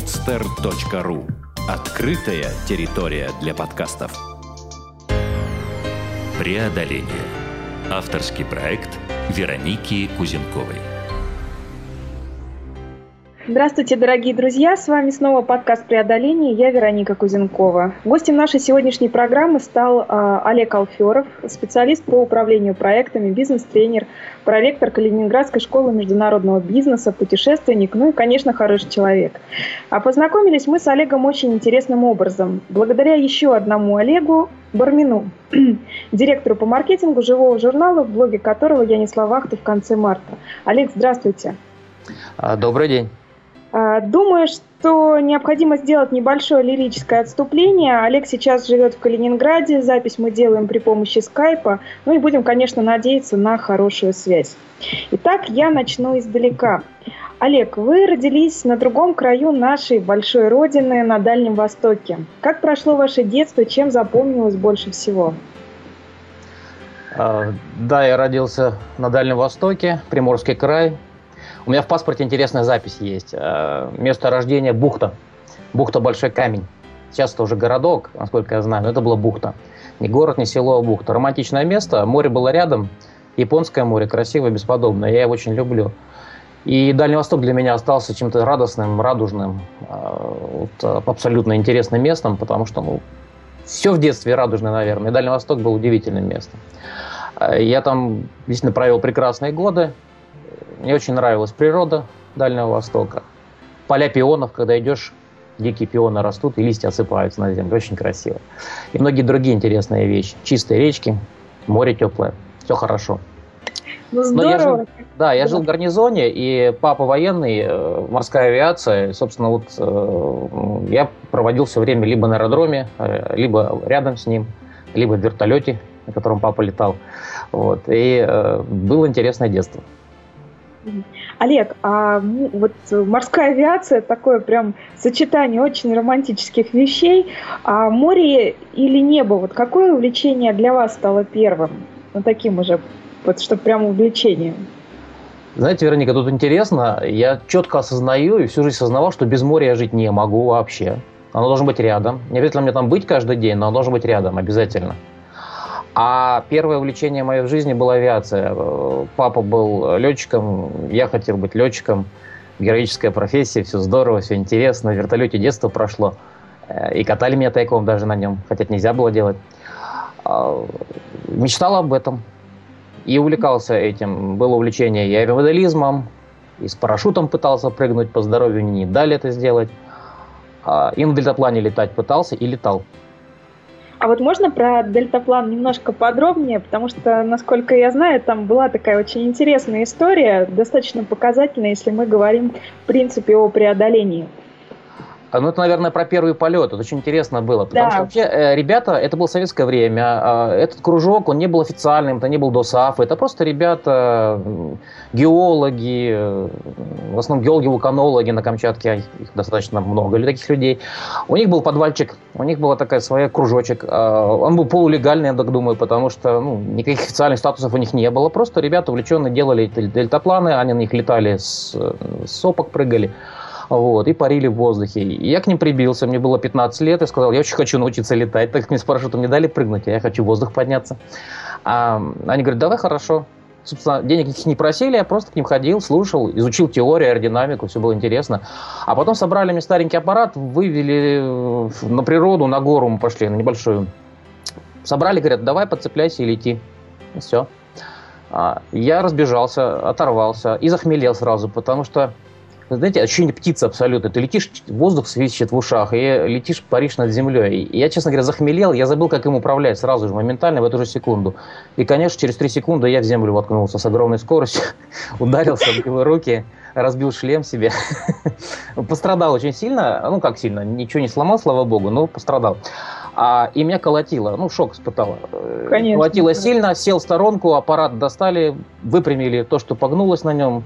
podster.ru. Открытая территория для подкастов. Преодоление. Авторский проект Вероники Кузенковой. Здравствуйте, дорогие друзья! С вами снова подкаст «Преодоление». Я Вероника Кузенкова. Гостем нашей сегодняшней программы стал Олег Алферов, специалист по управлению проектами, бизнес-тренер, проректор Калининградской школы международного бизнеса, путешественник, ну и, конечно, хороший человек. А познакомились мы с Олегом очень интересным образом. Благодаря еще одному Олегу Бармину, директору по маркетингу живого журнала, в блоге которого я несла вахту в конце марта. Олег, здравствуйте! Добрый день! Думаю, что необходимо сделать небольшое лирическое отступление. Олег сейчас живет в Калининграде, запись мы делаем при помощи скайпа, ну и будем, конечно, надеяться на хорошую связь. Итак, я начну издалека. Олег, вы родились на другом краю нашей большой родины, на Дальнем Востоке. Как прошло ваше детство, чем запомнилось больше всего? Да, я родился на Дальнем Востоке, Приморский край. У меня в паспорте интересная запись есть. Место рождения бухта. Бухта Большой Камень. Сейчас это уже городок, насколько я знаю, но это была бухта. Не город, не село, а бухта. Романтичное место, море было рядом. Японское море, красивое, бесподобное. Я его очень люблю. И Дальний Восток для меня остался чем-то радостным, радужным, абсолютно интересным местом, потому что все в детстве радужное, наверное. И Дальний Восток был удивительным местом. Я там действительно провел прекрасные годы. Мне очень нравилась природа Дальнего Востока. Поля пионов, когда идешь, дикие пионы растут, и листья осыпаются на землю. Очень красиво. И многие другие интересные вещи. Чистые речки, море теплое. Все хорошо. Ну, здорово. Я жил в гарнизоне, и папа военный, морская авиация. Собственно, я проводил все время либо на аэродроме, либо рядом с ним, либо в вертолете, на котором папа летал. И было интересное детство. Олег, морская авиация такое прям сочетание очень романтических вещей. А море или небо, какое увлечение для вас стало первым? Таким уже, что прям увлечением. Знаете, Вероника, тут интересно, я четко осознаю и всю жизнь осознавал, что без моря я жить не могу вообще. Оно должно быть рядом. Не обязательно мне там быть каждый день, но оно должно быть рядом обязательно. А первое увлечение мое в жизни была авиация. Папа был летчиком, я хотел быть летчиком. Героическая профессия, все здорово, все интересно. В вертолете детство прошло. И катали меня тайком даже на нем, хотя это нельзя было делать. Мечтал об этом и увлекался этим. Было увлечение и аэромоделизмом, и с парашютом пытался прыгнуть, по здоровью не дали это сделать. И на дельтаплане летать пытался и летал. А можно про дельтаплан немножко подробнее, потому что, насколько я знаю, там была такая очень интересная история, достаточно показательная, если мы говорим, в принципе, о преодолении. Это, наверное, про первый полет. Это очень интересно было. Потому что вообще ребята, это было советское время. Этот кружок, он не был официальным, это не был ДОСААФ. Это просто ребята, геологи, в основном геологи-вулканологи на Камчатке, их достаточно много таких людей. У них был подвальчик, у них была такая своя кружочек. Он был полулегальный, я так думаю, потому что никаких официальных статусов у них не было. Просто ребята увлеченно делали дельтапланы, они на них летали, с сопок прыгали. И парили в воздухе. И я к ним прибился, мне было 15 лет, и сказал, я очень хочу научиться летать, так как мне с парашютом не дали прыгнуть, а я хочу в воздух подняться. Они говорят, давай, хорошо. Собственно, денег никаких не просили, я просто к ним ходил, слушал, изучил теорию, аэродинамику, все было интересно. А потом собрали мне старенький аппарат, вывели на природу, на гору мы пошли, на небольшую. Собрали, говорят, давай, подцепляйся и лети. И все. Я разбежался, оторвался и захмелел сразу, потому что знаете, ощущение птицы абсолютно. Ты летишь, воздух свищет в ушах, и летишь, паришь над землей. И я, честно говоря, захмелел, я забыл, как им управлять сразу же, моментально, в эту же секунду. И, конечно, через 3 секунды я в землю воткнулся с огромной скоростью, ударился в его руки, разбил шлем себе. Пострадал очень сильно, как сильно, ничего не сломал, слава богу, но пострадал. И меня колотило, шок испытал. Конечно. Колотило сильно, сел в сторонку, аппарат достали, выпрямили то, что погнулось на нем.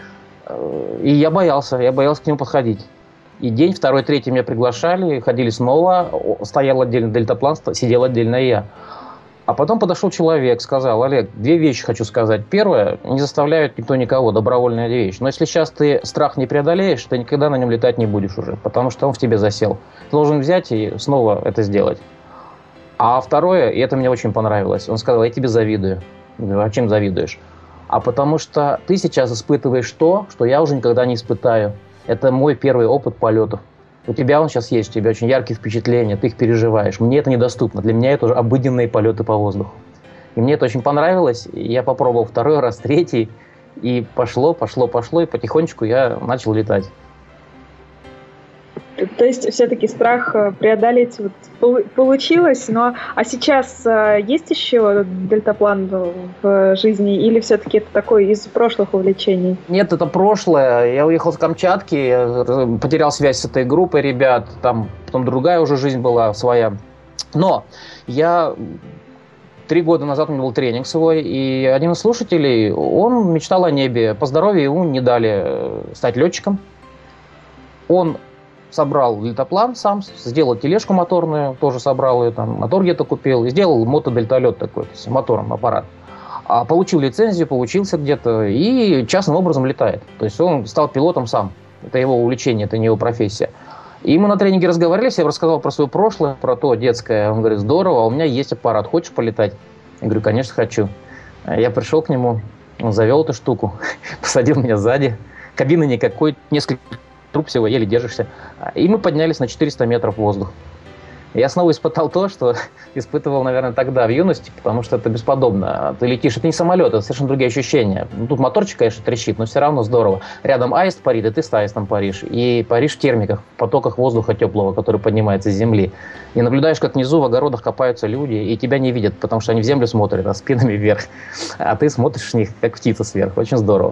И я боялся к нему подходить. И день, второй, третий меня приглашали, ходили снова, стоял отдельно дельтаплан, сидел отдельно я. А потом подошел человек, сказал: Олег, две вещи хочу сказать. Первое, не заставляют никто никого, добровольная вещь. Но если сейчас ты страх не преодолеешь, ты никогда на нем летать не будешь уже, потому что он в тебе засел. Ты должен взять и снова это сделать. А второе, и это мне очень понравилось, он сказал: я тебе завидую. Я говорю: а чем завидуешь? А потому что ты сейчас испытываешь то, что я уже никогда не испытаю. Это мой первый опыт полетов. У тебя он сейчас есть, у тебя очень яркие впечатления, ты их переживаешь. Мне это недоступно, для меня это уже обыденные полеты по воздуху. И мне это очень понравилось, и я попробовал второй раз, третий, и пошло, и потихонечку я начал летать. То есть все-таки страх преодолеть получилось, а сейчас есть еще дельтаплан в жизни, или все-таки это такое из прошлых увлечений? Нет, это прошлое. Я уехал с Камчатки, я потерял связь с этой группой ребят, там потом другая уже жизнь была своя. Но я 3 года назад у меня был тренинг свой, и один из слушателей, он мечтал о небе. По здоровью ему не дали стать летчиком. Он собрал дельтаплан сам, сделал тележку моторную, тоже собрал ее, там, мотор где-то купил, и сделал мотодельталет такой, то есть мотором аппарат. Получил лицензию, поучился где-то и частным образом летает. То есть он стал пилотом сам. Это его увлечение, это не его профессия. И мы на тренинге разговаривались, я рассказал про свое прошлое, про то детское. Он говорит: здорово, у меня есть аппарат, хочешь полетать? Я говорю: конечно, хочу. Я пришел к нему, он завел эту штуку, посадил меня сзади, кабины никакой, несколько труб всего, еле держишься. И мы поднялись на 400 метров в воздух. Я снова испытал то, что испытывал, наверное, тогда, в юности, потому что это бесподобно. Ты летишь, это не самолет, это совершенно другие ощущения. Тут моторчик, конечно, трещит, но все равно здорово. Рядом аист парит, и ты с аистом паришь. И паришь в термиках, в потоках воздуха теплого, который поднимается с земли. И наблюдаешь, как внизу в огородах копаются люди, и тебя не видят, потому что они в землю смотрят, а спинами вверх. А ты смотришь на них, как птица сверху. Очень здорово.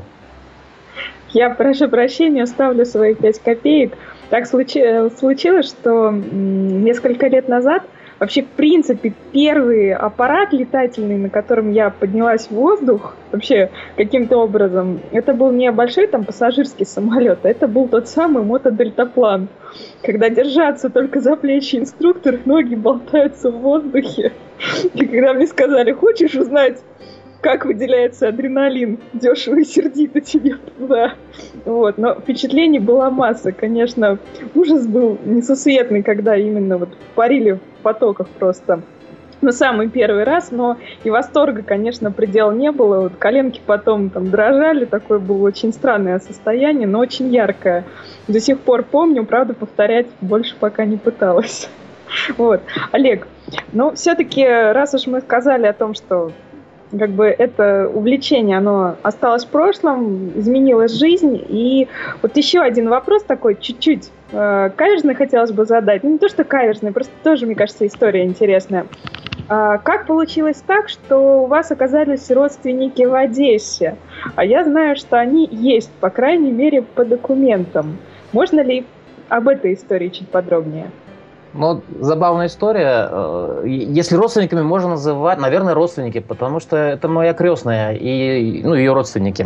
Я прошу прощения, ставлю свои 5 копеек. Так случилось, что несколько лет назад, вообще, в принципе, первый аппарат летательный, на котором я поднялась в воздух, вообще, каким-то образом, это был не большой там пассажирский самолет, а это был тот самый мотодельтаплан, когда держаться только за плечи инструктор, ноги болтаются в воздухе. И когда мне сказали: хочешь узнать, как выделяется адреналин, дешево и сердито тебе туда. Вот. Но впечатлений была масса. Конечно, ужас был несусветный, когда именно парили в потоках просто на самый первый раз, но и восторга, конечно, предела не было. Коленки потом там дрожали, такое было очень странное состояние, но очень яркое. До сих пор помню, правда, повторять больше пока не пыталась. Вот. Олег, все-таки, раз уж мы сказали о том, что это увлечение, оно осталось в прошлом, изменилась жизнь. И еще один вопрос такой, чуть-чуть каверзный хотелось бы задать. Не то, что каверзный, просто тоже, мне кажется, история интересная. Как получилось так, что у вас оказались родственники в Одессе? А я знаю, что они есть, по крайней мере, по документам. Можно ли об этой истории чуть подробнее? Забавная история. Если родственниками можно называть, наверное, родственники, потому что это моя крестная и ее родственники.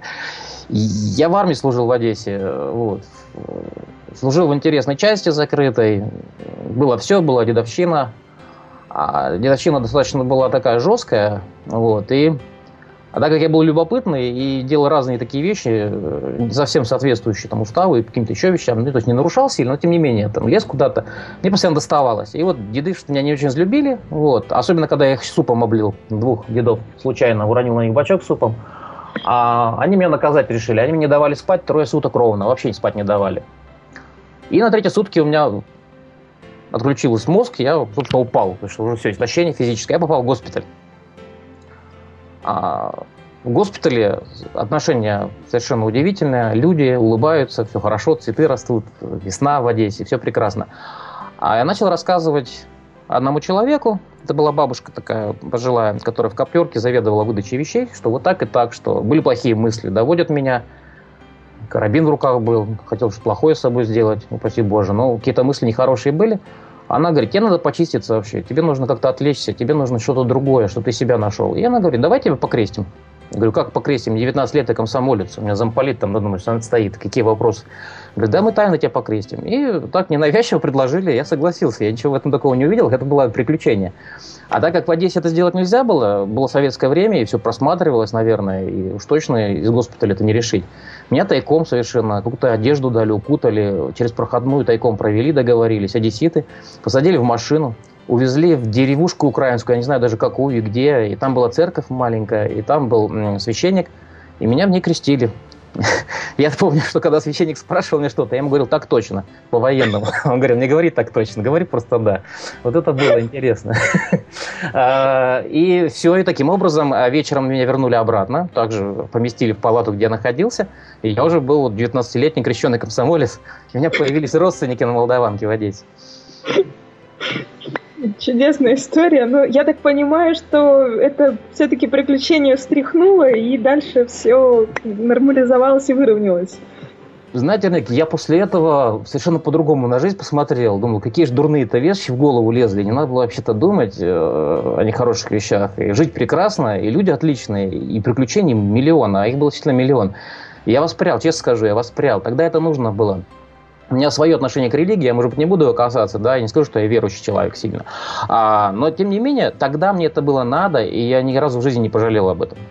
Я в армии служил в Одессе. Вот. Служил в интересной части закрытой. Было все, была дедовщина. А дедовщина достаточно была такая жесткая. Вот. А так как я был любопытный и делал разные такие вещи, совсем соответствующие уставу и каким-то еще вещам, то есть не нарушал сильно, но тем не менее, лез куда-то, мне постоянно доставалось. И деды меня не очень взлюбили, особенно когда я их супом облил, 2 дедов случайно уронил на них бачок с супом, они меня наказать решили, они мне не давали спать 3 суток ровно, вообще спать не давали. И на 3-е сутки у меня отключился мозг, я, собственно, упал, потому что уже все, истощение физическое, я попал в госпиталь. В госпитале отношения совершенно удивительные. Люди улыбаются, все хорошо, цветы растут, весна в Одессе, все прекрасно. А я начал рассказывать одному человеку, это была бабушка такая пожилая, которая в коптерке заведовала выдачей вещей, что вот так и так, что были плохие мысли, доводят меня. Карабин в руках был, хотел что-то плохое с собой сделать, упаси Боже, но какие-то мысли нехорошие были. Она говорит: тебе надо почиститься вообще, тебе нужно как-то отвлечься, тебе нужно что-то другое, что ты себя нашел. И она говорит: давай тебя покрестим. Я говорю, как покрестим? 19 лет, я комсомолец. У меня замполит там, думаешь, он стоит. Какие вопросы? Говорю, да, мы тайно тебя покрестим. И так ненавязчиво предложили, я согласился. Я ничего в этом такого не увидел, это было приключение. А так как в Одессе это сделать нельзя было советское время, и все просматривалось, наверное, и уж точно из госпиталя это не решить. Меня тайком совершенно, какую-то одежду дали, укутали, через проходную тайком провели, договорились, одесситы, посадили в машину, увезли в деревушку украинскую, я не знаю даже какую и где, и там была церковь маленькая, и там был священник, и меня в ней крестили. Я помню, что когда священник спрашивал меня что-то, я ему говорил так точно, по-военному. Он говорил, не говори так точно, говори просто да. Вот это было интересно. И все, и таким образом вечером меня вернули обратно, также поместили в палату, где я находился, и я уже был 19-летний крещеный комсомолец, и у меня появились родственники на Молдаванке в Одессе. Чудесная история. Но я так понимаю, что это все-таки приключение встряхнуло, и дальше все нормализовалось и выровнялось. Знаете, Ник, я после этого совершенно по-другому на жизнь посмотрел. Думал, какие же дурные-то вещи в голову лезли. Не надо было вообще-то думать о нехороших вещах. И жить прекрасно, и люди отличные, и приключений миллион, а их было действительно миллион. И я воспрял, честно скажу, я воспрял. Тогда это нужно было. У меня свое отношение к религии, я, может быть, не буду его касаться, да, я не скажу, что я верующий человек сильно. Но, тем не менее, тогда мне это было надо, и я ни разу в жизни не пожалел об этом.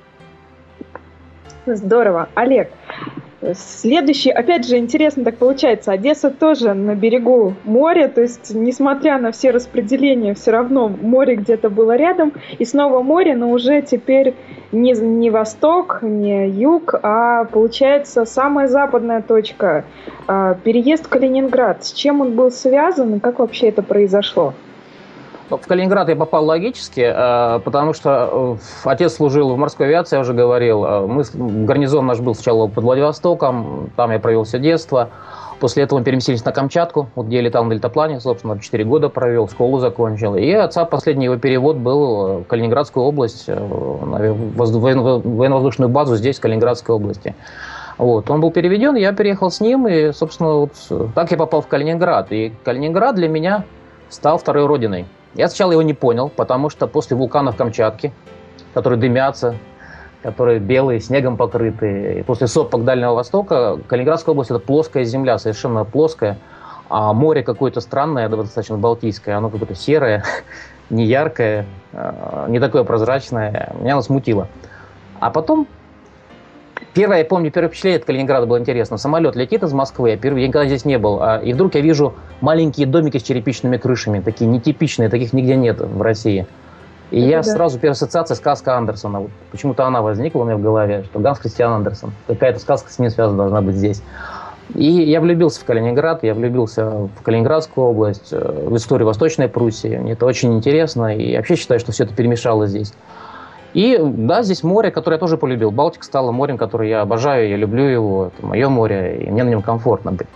Здорово. Олег, следующий, опять же, интересно так получается, Одесса тоже на берегу моря, то есть, несмотря на все распределения, все равно море где-то было рядом, и снова море, но уже теперь не восток, не юг, а, получается, самая западная точка, переезд в Калининград. С чем он был связан и как вообще это произошло? В Калининград я попал логически, потому что отец служил в морской авиации, я уже говорил. Гарнизон наш был сначала под Владивостоком, там я провел все детство. После этого мы переместились на Камчатку, вот где я летал на дельтаплане, собственно, 4 года провел, школу закончил. И отца последний его перевод был в Калининградскую область, на военно-воздушную базу здесь, в Калининградской области. Вот. Он был переведен, я переехал с ним, и, собственно, вот так я попал в Калининград. И Калининград для меня стал второй родиной. Я сначала его не понял, потому что после вулканов Камчатки, которые дымятся, которые белые, снегом покрыты, и после сопок Дальнего Востока, Калининградская область – это плоская земля, совершенно плоская, а море какое-то странное, достаточно балтийское, оно какое-то серое, не яркое, не такое прозрачное, меня оно смутило. А потом, первое впечатление от Калининграда было интересно. Самолет летит из Москвы, я никогда здесь не был, и вдруг я вижу маленькие домики с черепичными крышами, такие нетипичные, таких нигде нет в России. И я сразу, первая ассоциация, сказка Андерсона. Вот почему-то она возникла у меня в голове, что Ганс Христиан Андерсен. Какая-то сказка с ним связана должна быть здесь. И я влюбился в Калининград, я влюбился в Калининградскую область, в историю Восточной Пруссии. Мне это очень интересно, и я вообще считаю, что все это перемешалось здесь. И да, здесь море, которое я тоже полюбил. Балтика стала морем, которое я обожаю, я люблю его, это мое море, и мне на нем комфортно быть.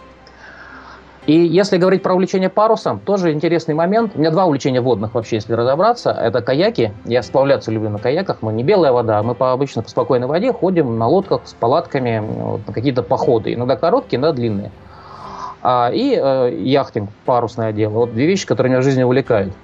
И если говорить про увлечение парусом, тоже интересный момент. У меня два увлечения водных вообще, если разобраться. Это каяки. Я сплавляться люблю на каяках. Мы не белая вода, а мы обычно по спокойной воде ходим на лодках с палатками, вот, на какие-то походы. Иногда короткие, иногда длинные. И яхтинг, парусное дело. Вот две вещи, которые меня в жизни увлекают.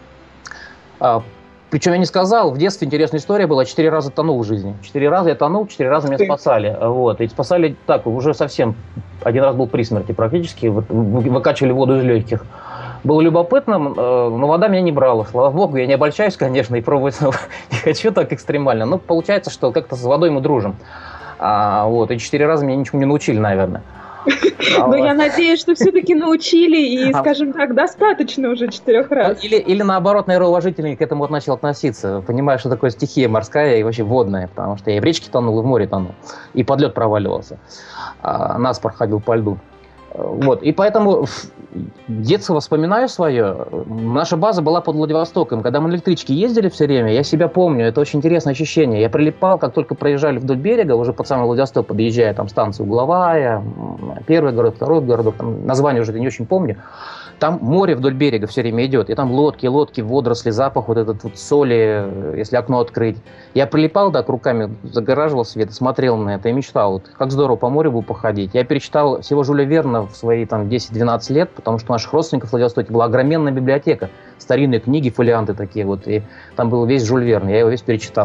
Причем я не сказал, в детстве интересная история была, 4 раза тонул в жизни. 4 раза я тонул, 4 раза меня спасали. Вот. И спасали так, уже совсем, один раз был при смерти практически, выкачивали воду из легких. Было любопытным, но вода меня не брала. Слава богу, я не обольщаюсь, конечно, и пробовать не хочу так экстремально. Но получается, что как-то с водой мы дружим. Вот. И 4 раза меня ничему не научили, наверное. Но я надеюсь, что все-таки научили и, скажем так, достаточно уже 4 раз. Или наоборот, наверное, уважительнее к этому начал относиться. Понимаю, что такое стихия морская и вообще водная, потому что я и в речке тонул, и в море тонул, и под лед проваливался. Наспор ходил по льду. Вот. И поэтому детство вспоминаю свое. Наша база была под Владивостоком. Когда мы на электричке ездили все время, я себя помню, это очень интересное ощущение. Я прилипал, как только проезжали вдоль берега, уже под самый Владивосток, подъезжая, там станция Угловая, первый город, второй городок, там название уже не очень помню. Там море вдоль берега все время идет, и там лодки, водоросли, запах вот этот вот соли, если окно открыть. Я прилипал, так, руками загораживал свет, смотрел на это и мечтал, вот, как здорово по морю бы походить. Я перечитал всего Жюля Верна в свои там 10-12 лет, потому что у наших родственников в Владивостоке была огроменная библиотека, старинные книги, фолианты такие вот, и там был весь Жюль Верн, я его весь перечитал.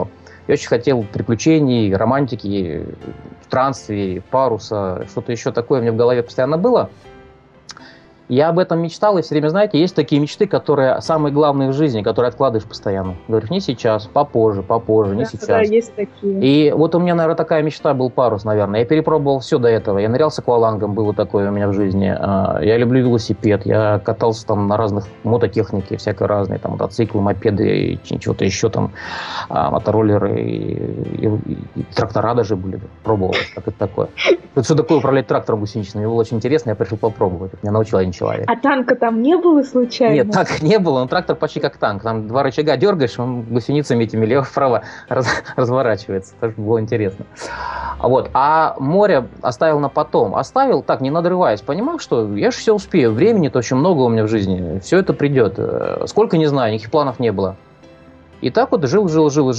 Я очень хотел приключений, романтики, странствий, паруса, что-то еще такое у меня в голове постоянно было. Я об этом мечтал, и все время, знаете, есть такие мечты, которые самые главные в жизни, которые откладываешь постоянно. Говоришь, не сейчас, попозже, не сейчас. Да, есть такие. И вот у меня, наверное, такая мечта был парус, наверное. Я перепробовал все до этого. Я нырял с аквалангом, было такое у меня в жизни. Я люблю велосипед, я катался там на разных мототехнике, всякой разной, там мотоциклы, мопеды, и чего-то еще там, мотороллеры и трактора даже были. Пробовал, как это такое. Вот что такое управлять трактором гусеничным, мне было очень интересно, я пришел попробовать. Меня научил один человек. А танка там не было случайно? Нет, танка не было, но трактор почти как танк. Там 2 рычага дергаешь, он гусеницами этими лево-вправо разворачивается. Так было интересно. Вот. А море оставил на потом. Оставил так, не надрываясь. Понимал, что я же все успею. Времени-то очень много у меня в жизни. Все это придет. Сколько, не знаю, никаких планов не было. И так вот жил.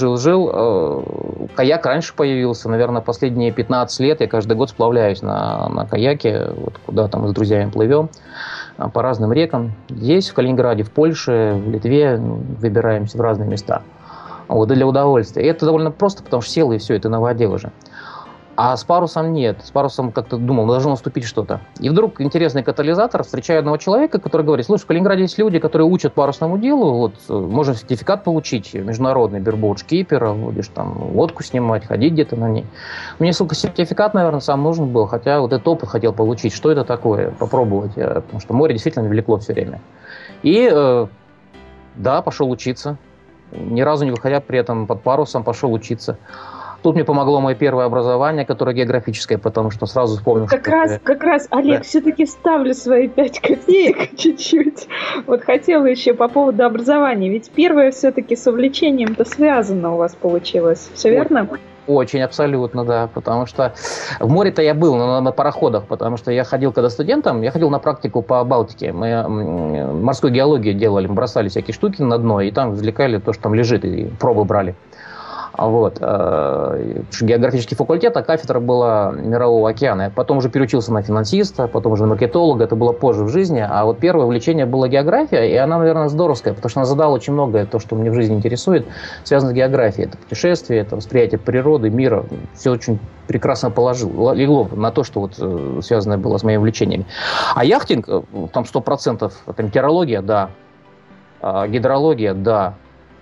Каяк раньше появился, наверное, последние 15 лет. Я каждый год сплавляюсь на каяке, вот куда-то мы с друзьями плывем по разным рекам. Здесь, в Калининграде, в Польше, в Литве выбираемся в разные места. Вот, и для удовольствия. И это довольно просто, потому что сел и все, это на воде уже. А с парусом нет. С парусом как-то думал, должно наступить что-то. И вдруг интересный катализатор. Встречаю одного человека, который говорит, слушай, в Калининграде есть люди, которые учат парусному делу. Вот, можно сертификат получить, международный, бербоут-шкипера, будешь там лодку снимать, ходить где-то на ней. Мне, сертификат, наверное, сам нужен был. Хотя вот этот опыт хотел получить. Что это такое? Попробовать. Потому что море действительно влекло все время. И да, пошел учиться. Ни разу не выходя при этом под парусом, пошел учиться. Тут мне помогло мое первое образование, которое географическое, потому что сразу вспомнил, как раз, Олег, да. Все-таки ставлю свои 5 копеек чуть-чуть. Вот хотела еще по поводу образования. Ведь первое все-таки с увлечением-то связано у вас получилось. Все верно? Очень, абсолютно, да. Потому что в море-то я был, но на пароходах, потому что я ходил, когда студентом, я ходил на практику по Балтике. Мы морскую геологию делали, мы бросали всякие штуки на дно, и там извлекали то, что там лежит, и пробы брали. Вот. Географический факультет, а кафедра была Мирового океана. Я потом уже переучился на финансиста, потом уже на маркетолога. Это было позже в жизни. А вот первое увлечение было география, и она, наверное, здоровская, потому что она задала очень многое, то, что мне в жизни интересует, связано с географией. Это путешествие, это восприятие природы, мира. Все очень прекрасно легло на то, что вот связанное было с моими увлечениями. А яхтинг, там 100%, это метеорология, да. Гидрология, да.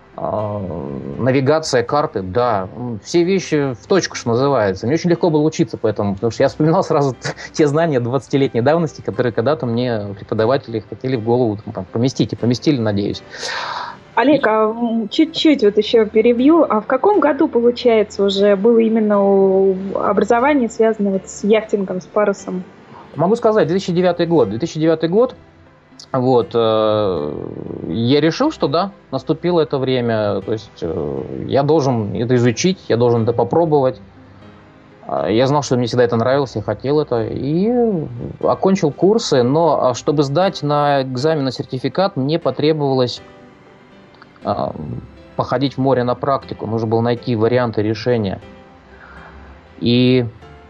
Навигация, карты, да. Все вещи в точку, что называется. Мне очень легко было учиться поэтому, потому что я вспоминал сразу те знания 20-летней давности, которые когда-то мне преподаватели хотели в голову там, поместить. И поместили, надеюсь. Олег, а чуть-чуть вот еще перебью. А в каком году, получается, уже было именно образование, связанное вот с яхтингом, с парусом? Могу сказать, 2009 год. 2009 год. Вот, я решил, что да, наступило это время, то есть я должен это изучить, я должен это попробовать. Я знал, что мне всегда это нравилось, я хотел это, и окончил курсы, но чтобы сдать на экзамен на сертификат, мне потребовалось походить в море на практику, нужно было найти варианты решения. И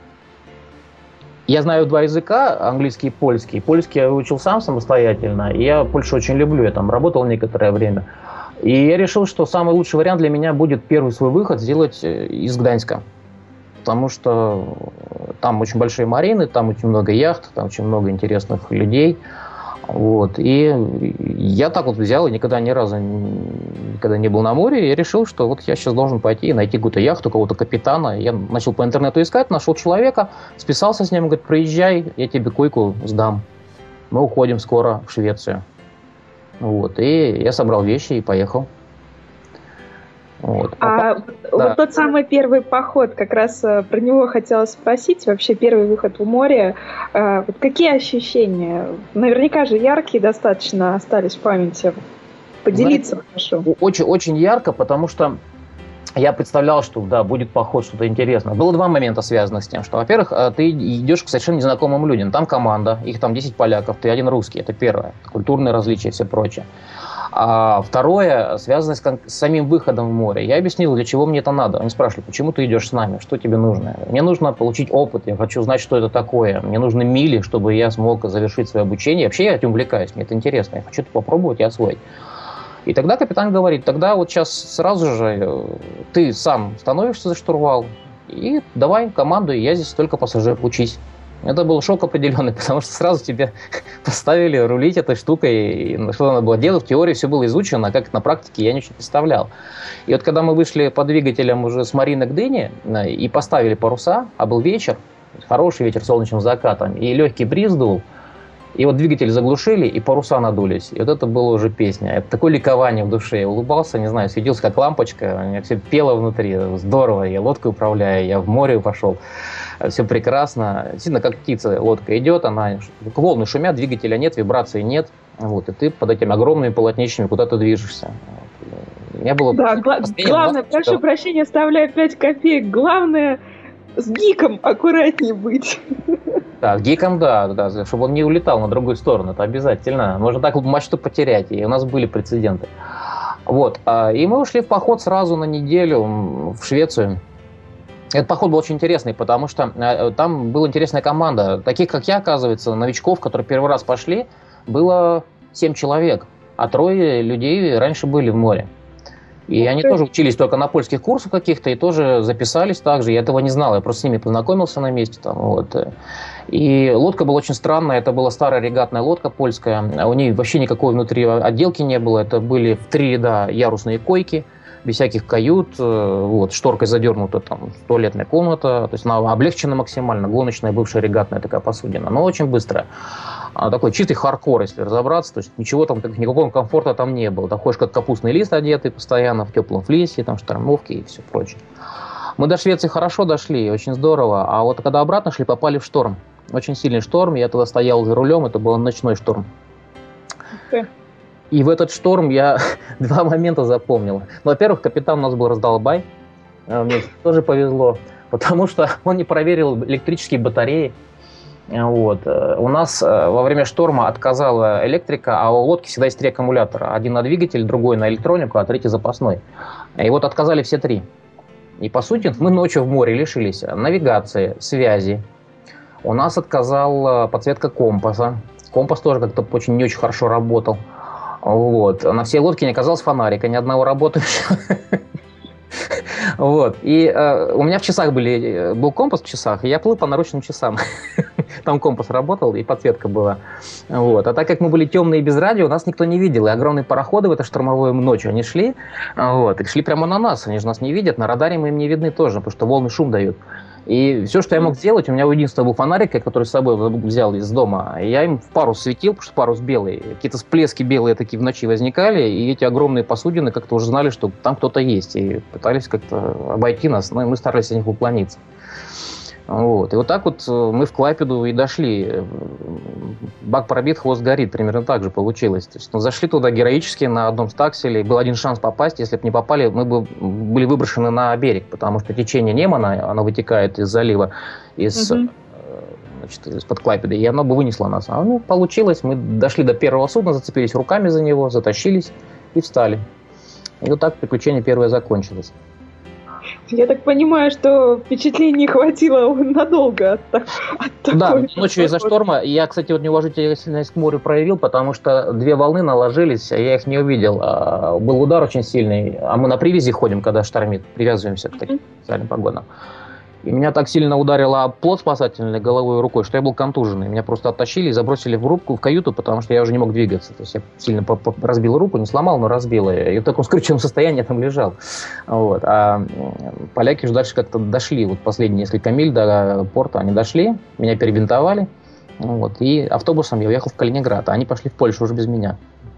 я знаю 2 языка, английский и польский. Польский я выучил сам самостоятельно, и я Польшу очень люблю, я там работал некоторое время. И я решил, что самый лучший вариант для меня будет первый свой выход сделать из Гданьска. Потому что там очень большие марины, там очень много яхт, там очень много интересных людей. Вот. И я так вот взял и никогда не был на море. И я решил, что вот я сейчас должен пойти и найти какую-то яхту, какого-то капитана. Я начал по интернету искать, нашел человека, списался с ним, говорит, приезжай, я тебе койку сдам. Мы уходим скоро в Швецию. Вот. И я собрал вещи и поехал. Вот. Вот тот самый первый поход, как раз про него хотела спросить, вообще первый выход в море, вот какие ощущения? Наверняка же яркие достаточно остались в памяти. Поделиться прошу. Очень, очень ярко, потому что я представлял, что да, будет поход, что-то интересное. Было 2 момента, связанных с тем, что, во-первых, ты идешь к совершенно незнакомым людям. Там команда, их там 10 поляков, ты один русский, это первое. Культурные различия и все прочее. А второе, связано с самим выходом в море. Я объяснил, для чего мне это надо. Они спрашивали, почему ты идешь с нами, что тебе нужно? Мне нужно получить опыт, я хочу знать, что это такое. Мне нужны мили, чтобы я смог завершить свое обучение. Вообще я этим увлекаюсь, мне это интересно. Я хочу это попробовать и освоить. И тогда капитан говорит, тогда вот сейчас сразу же ты сам становишься за штурвал, и давай команду, я здесь только пассажир, учись. Это был шок определенный, потому что сразу тебя поставили рулить этой штукой, и что надо было делать. В теории все было изучено, а как на практике я ничего не представлял. И вот когда мы вышли по двигателям уже с Марины к Дыне и поставили паруса, а был вечер, хороший ветер с солнечным закатом, и легкий бриз дул, и вот двигатель заглушили, и паруса надулись. И вот это было уже песня. Это такое ликование в душе. Я улыбался, не знаю, светился как лампочка. У меня все пело внутри. Здорово. Я лодкой управляю, я в море пошел. Все прекрасно. Действительно, как птица, лодка идет, она волны шумят, двигателя нет, вибрации нет. Вот, и ты под этими огромными полотнищами куда-то движешься. У меня было... Да, главное, прошу прощения, оставляю 5 копеек. Главное, с гиком аккуратнее быть. Да, гиком, да, чтобы он не улетал на другую сторону, это обязательно. Можно так мачту потерять, и у нас были прецеденты. Вот, и мы ушли в поход сразу на неделю в Швецию. Этот поход был очень интересный, потому что там была интересная команда. Таких, как я, оказывается, новичков, которые первый раз пошли, было 7 человек, а 3 людей раньше были в море. И они тоже учились только на польских курсах каких-то и тоже записались также. Я этого не знал, я просто с ними познакомился на месте. Там, вот. И лодка была очень странная, это была старая регатная лодка польская. У нее вообще никакой внутри отделки не было. Это были в 3 ряда ярусные койки, без всяких кают, вот, шторкой задернута там туалетная комната. То есть она облегчена максимально, гоночная бывшая регатная такая посудина, но очень быстрая. Такой чистый хардкор, если разобраться, то есть ничего там, никакого комфорта там не было. Ты ходишь как капустный лист одетый постоянно, в теплом флисе, там штормовки и все прочее. Мы до Швеции хорошо дошли, очень здорово, а вот когда обратно шли, попали в шторм. Очень сильный шторм, я тогда стоял за рулем, это был ночной шторм. И в этот шторм я 2 момента запомнил. Во-первых, капитан у нас был раздолбай, мне тоже повезло, потому что он не проверил электрические батареи. Вот. У нас во время шторма отказала электрика, а у лодки всегда есть 3 аккумулятора. Один на двигатель, другой на электронику, а 3 запасной. И вот отказали все 3. И по сути мы ночью в море лишились навигации, связи. У нас отказала подсветка компаса. Компас тоже как-то не очень хорошо работал. Вот. На всей лодке не оказалось фонарика, ни одного работающего. Вот. И у меня в часах был компас в часах, и я плыл по наручным часам. Там компас работал, и подсветка была. Вот. А так как мы были темные и без радио, нас никто не видел. И огромные пароходы в это штормовое ночью, они шли, вот, и шли прямо на нас. Они же нас не видят, на радаре мы им не видны тоже, потому что волны шум дают. И все, что я мог сделать, у меня единственное был фонарик, который с собой взял из дома. И я им в парус светил, потому что парус белый. Какие-то всплески белые такие в ночи возникали, и эти огромные посудины как-то уже знали, что там кто-то есть. И пытались как-то обойти нас, но мы старались от них уклониться. Вот. И вот так вот мы в Клайпеду и дошли. Бак пробит, хвост горит. Примерно так же получилось. То есть, зашли туда героически на одном стакселе. Был один шанс попасть. Если бы не попали, мы бы были выброшены на берег, потому что течение Немана, оно вытекает из залива, из-под Клайпеда, и оно бы вынесло нас. А получилось. Мы дошли до первого судна, зацепились руками за него, затащились и встали. И вот так приключение первое закончилось. Я так понимаю, что впечатлений хватило надолго от такой... Да, ночью из-за шторма. Я, кстати, вот неуважительность к морю проявил, потому что 2 волны наложились, а я их не увидел. Был удар очень сильный, а мы на привязи ходим, когда штормит, привязываемся к таким специальным погодам. И меня так сильно ударило об плот спасательной головой и рукой, что я был контуженный. Меня просто оттащили и забросили в рубку, в каюту, потому что я уже не мог двигаться. То есть я сильно разбил руку, не сломал, но разбил ее. И в таком скрюченном состоянии я там лежал. Вот. А поляки же дальше как-то дошли. Вот последние несколько миль до порта они дошли, меня перебинтовали. Вот. И автобусом я уехал в Калининград, а они пошли в Польшу уже без меня.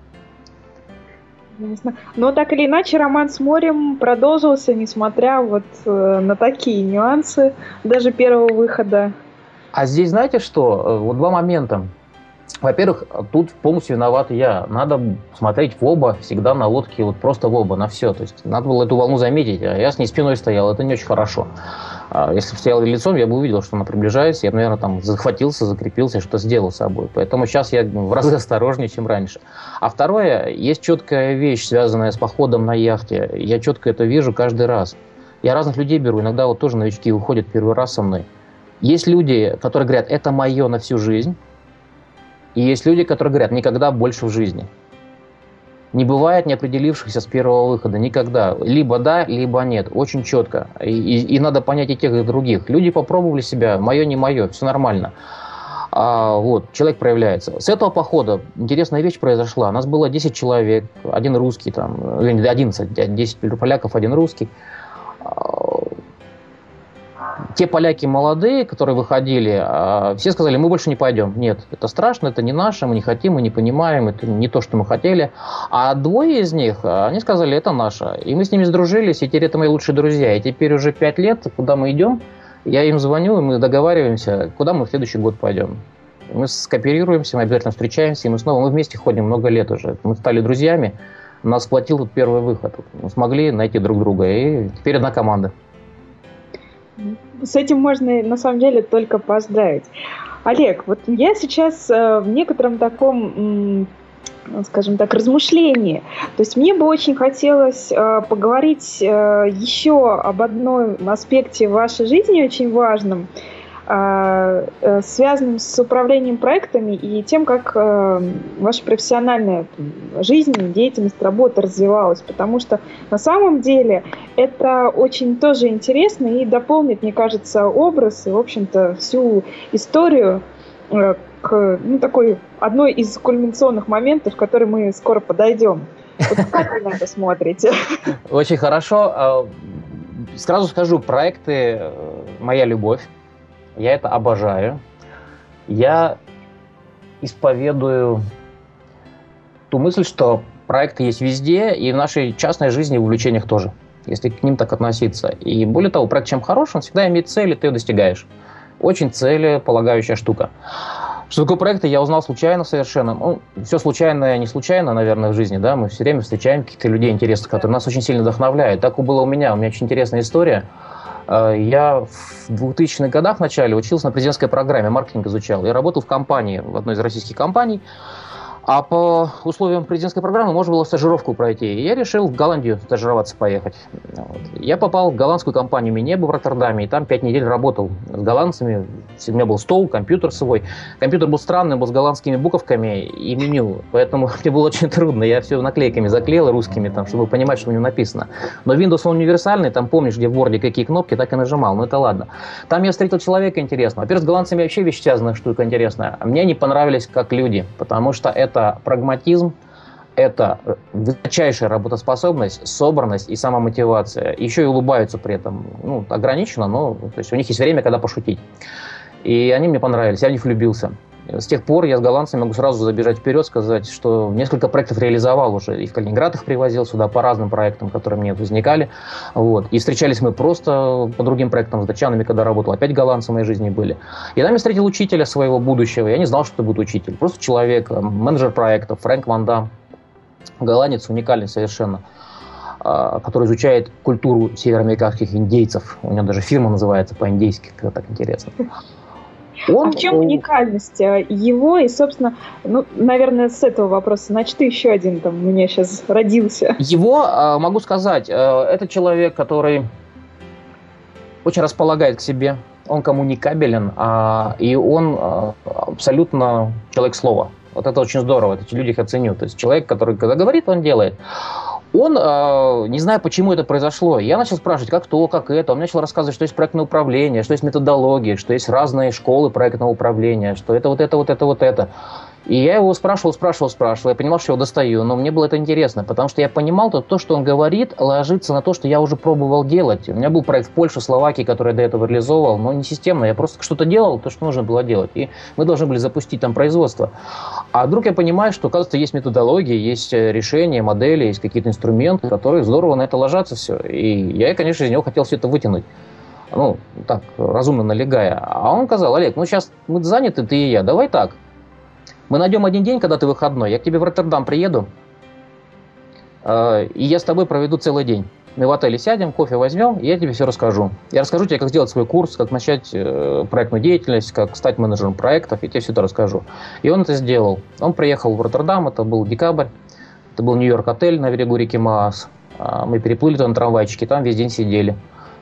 Ясно. Но так или иначе роман с морем продолжился, несмотря вот на такие нюансы, даже первого выхода. А здесь знаете что? Вот 2 момента. Во-первых, тут полностью виноват я. Надо смотреть в оба, всегда на лодке, вот просто в оба, на все. То есть надо было эту волну заметить, а я с ней спиной стоял, это не очень хорошо. Если бы стоял лицом, я бы увидел, что она приближается, я бы, наверное, там захватился, закрепился, что сделал с собой. Поэтому сейчас я в разы осторожнее, чем раньше. А второе, есть четкая вещь, связанная с походом на яхте. Я четко это вижу каждый раз. Я разных людей беру, иногда вот тоже новички уходят первый раз со мной. Есть люди, которые говорят, это мое на всю жизнь. И есть люди, которые говорят, никогда больше в жизни. Не бывает неопределившихся с первого выхода, никогда. Либо да, либо нет, очень четко. И надо понять и тех, и других. Люди попробовали себя, мое, не мое, все нормально. Вот, человек проявляется. С этого похода интересная вещь произошла. У нас было 10 человек, один русский, 11, 10 поляков, один русский. Те поляки молодые, которые выходили, все сказали, мы больше не пойдем. Нет, это страшно, это не наше, мы не хотим, мы не понимаем, это не то, что мы хотели. А двое из них, они сказали, это наше. И мы с ними сдружились, и теперь это мои лучшие друзья. И теперь уже 5 лет, куда мы идем, я им звоню, и мы договариваемся, куда мы в следующий год пойдем. Мы скооперируемся, мы обязательно встречаемся, и мы вместе ходим много лет уже. Мы стали друзьями, нас сплотил тут первый выход. Мы смогли найти друг друга, и теперь одна команда. С этим можно, на самом деле, только поздравить. Олег, вот я сейчас в некотором таком, скажем так, размышлении. То есть мне бы очень хотелось поговорить еще об одном аспекте вашей жизни очень важном, связанным с управлением проектами и тем, как ваша профессиональная жизнь, деятельность, работа развивалась. Потому что на самом деле это очень тоже интересно и дополнит, мне кажется, образ и, в общем-то, всю историю к такой одной из кульминационных моментов, к которой мы скоро подойдем. Вот как вы на это смотрите? Очень хорошо. Сразу скажу, проекты – моя любовь. Я это обожаю. Я исповедую ту мысль, что проекты есть везде, и в нашей частной жизни, в увлечениях тоже, если к ним так относиться. И более того, проект чем хорош, он всегда имеет цель, и ты ее достигаешь. Очень целеполагающая штука. Что такое проекты, я узнал случайно совершенно. Ну, все случайное, не случайно, наверное, в жизни, да, мы все время встречаем каких-то людей интересных, которые нас очень сильно вдохновляют. Так и было у меня очень интересная история. Я в 2000-х годах в начале учился на президентской программе, маркетинг изучал. Я работал в компании, в одной из российских компаний. А по условиям президентской программы можно было стажировку пройти. И я решил в Голландию стажироваться поехать. Вот. Я попал в голландскую компанию Минебо в Роттердаме, и там 5 недель работал с голландцами. У меня был стол, компьютер свой. Компьютер был странный, был с голландскими буковками и меню. Поэтому мне было очень трудно. Я все наклейками заклеил русскими, чтобы понимать, что у него написано. Но Windows он универсальный, там помнишь, где в Word какие кнопки, так и нажимал. Ну это ладно. Там я встретил человека интересного. Во-первых, с голландцами вообще вещь связанная штука интересная. Мне они понравились как люди, потому что это прагматизм, это высочайшая работоспособность, собранность и самомотивация. Еще и улыбаются при этом. Ограниченно, но то есть у них есть время, когда пошутить. И они мне понравились, я в них влюбился. С тех пор я с голландцами могу сразу забежать вперед, сказать, что несколько проектов реализовал уже. И в Калининград их привозил сюда по разным проектам, которые мне возникали. Вот. И встречались мы просто по другим проектам с датчанами, когда работал. Опять голландцы в моей жизни были. И там я встретил учителя своего будущего. Я не знал, что это будет учитель. Просто человек, менеджер проектов, Фрэнк Ван Дам. Голландец уникальный совершенно, который изучает культуру североамериканских индейцев. У него даже фирма называется по-индейски, когда так интересно. А в чем уникальность его и, собственно, наверное, с этого вопроса начать еще один там у меня сейчас родился. Его, могу сказать, это человек, который очень располагает к себе, он коммуникабелен, и он абсолютно человек слова. Вот это очень здорово, эти люди их оценю. То есть человек, который когда говорит, он делает. Он, не знаю, почему это произошло, я начал спрашивать, как то, как это. Он начал рассказывать, что есть проектное управление, что есть методология, что есть разные школы проектного управления, что это вот это. И я его спрашивал. Я понимал, что я его достаю, но мне было это интересно, потому что я понимал, что то, что он говорит, ложится на то, что я уже пробовал делать. У меня был проект в Польше, Словакии, который я до этого реализовывал, но не системно. Я просто что-то делал, то, что нужно было делать. И мы должны были запустить там производство. А вдруг я понимаю, что, оказывается, есть методология, есть решения, модели, есть какие-то инструменты, которые здорово на это ложатся все. И я, конечно, из него хотел все это вытянуть. Так, разумно налегая. А он сказал: Олег, сейчас мы заняты, ты и я, давай так. Мы найдем один день, когда ты выходной, я к тебе в Роттердам приеду, и я с тобой проведу целый день. Мы в отеле сядем, кофе возьмем, и я тебе все расскажу. Я расскажу тебе, как сделать свой курс, как начать проектную деятельность, как стать менеджером проектов, я тебе все это расскажу. И он это сделал. Он приехал в Роттердам, это был декабрь, это был Нью-Йорк отель на берегу реки Маас. Мы переплыли там на трамвайчике, там весь день сидели.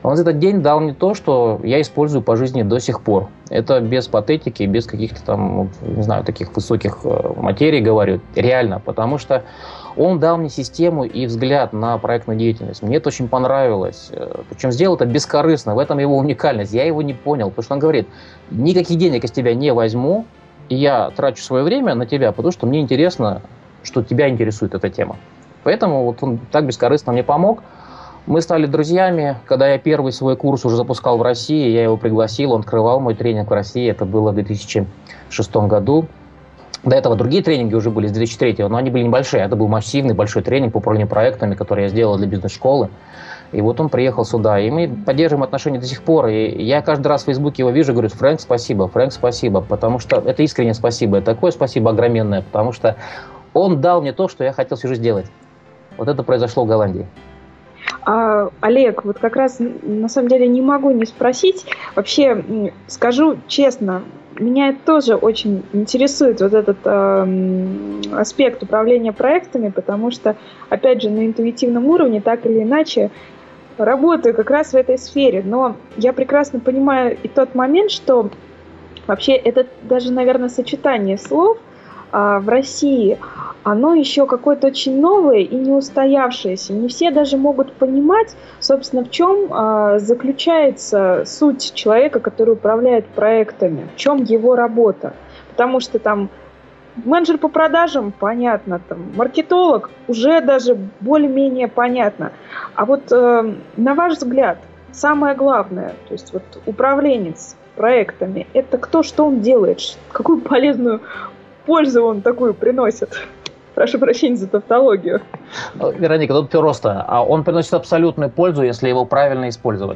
Он за этот день дал мне то, что я использую по жизни до сих пор. Это без патетики, без каких-то там, не знаю, таких высоких материй говорю. Реально, потому что он дал мне систему и взгляд на проектную деятельность. Мне это очень понравилось. Причем сделал это бескорыстно. В этом его уникальность. Я его не понял, потому что он говорит, никаких денег из тебя не возьму, и я трачу свое время на тебя, потому что мне интересно, что тебя интересует эта тема. Поэтому вот он так бескорыстно мне помог. Мы стали друзьями. Когда я первый свой курс уже запускал в России, я его пригласил, он открывал мой тренинг в России. Это было в 2006 году. До этого другие тренинги уже были с 2003, но они были небольшие. Это был массивный большой тренинг по управлению проектами, который я сделал для бизнес-школы. И вот он приехал сюда, и мы поддерживаем отношения до сих пор. И я каждый раз в Фейсбуке его вижу, говорю: Фрэнк, спасибо, потому что это искреннее спасибо. Это такое спасибо огроменное, потому что он дал мне то, что я хотел всю жизнь делать. Вот это произошло в Голландии. Олег, вот как раз на самом деле не могу не спросить. Вообще, скажу честно, меня тоже очень интересует вот этот аспект управления проектами, потому что, опять же, на интуитивном уровне, так или иначе, работаю как раз в этой сфере. Но я прекрасно понимаю и тот момент, что вообще это даже, наверное, сочетание слов в России, оно еще какое-то очень новое и не устоявшееся. Не все даже могут понимать, собственно, в чем заключается суть человека, который управляет проектами, в чем его работа. Потому что там менеджер по продажам, понятно, там, маркетолог, уже даже более-менее понятно. А вот на ваш взгляд, самое главное, то есть вот управленец проектами, это кто, что он делает, какую полезную пользу он такую приносит? Прошу прощения за тавтологию. Вероника, тут просто. Он приносит абсолютную пользу, если его правильно использовать.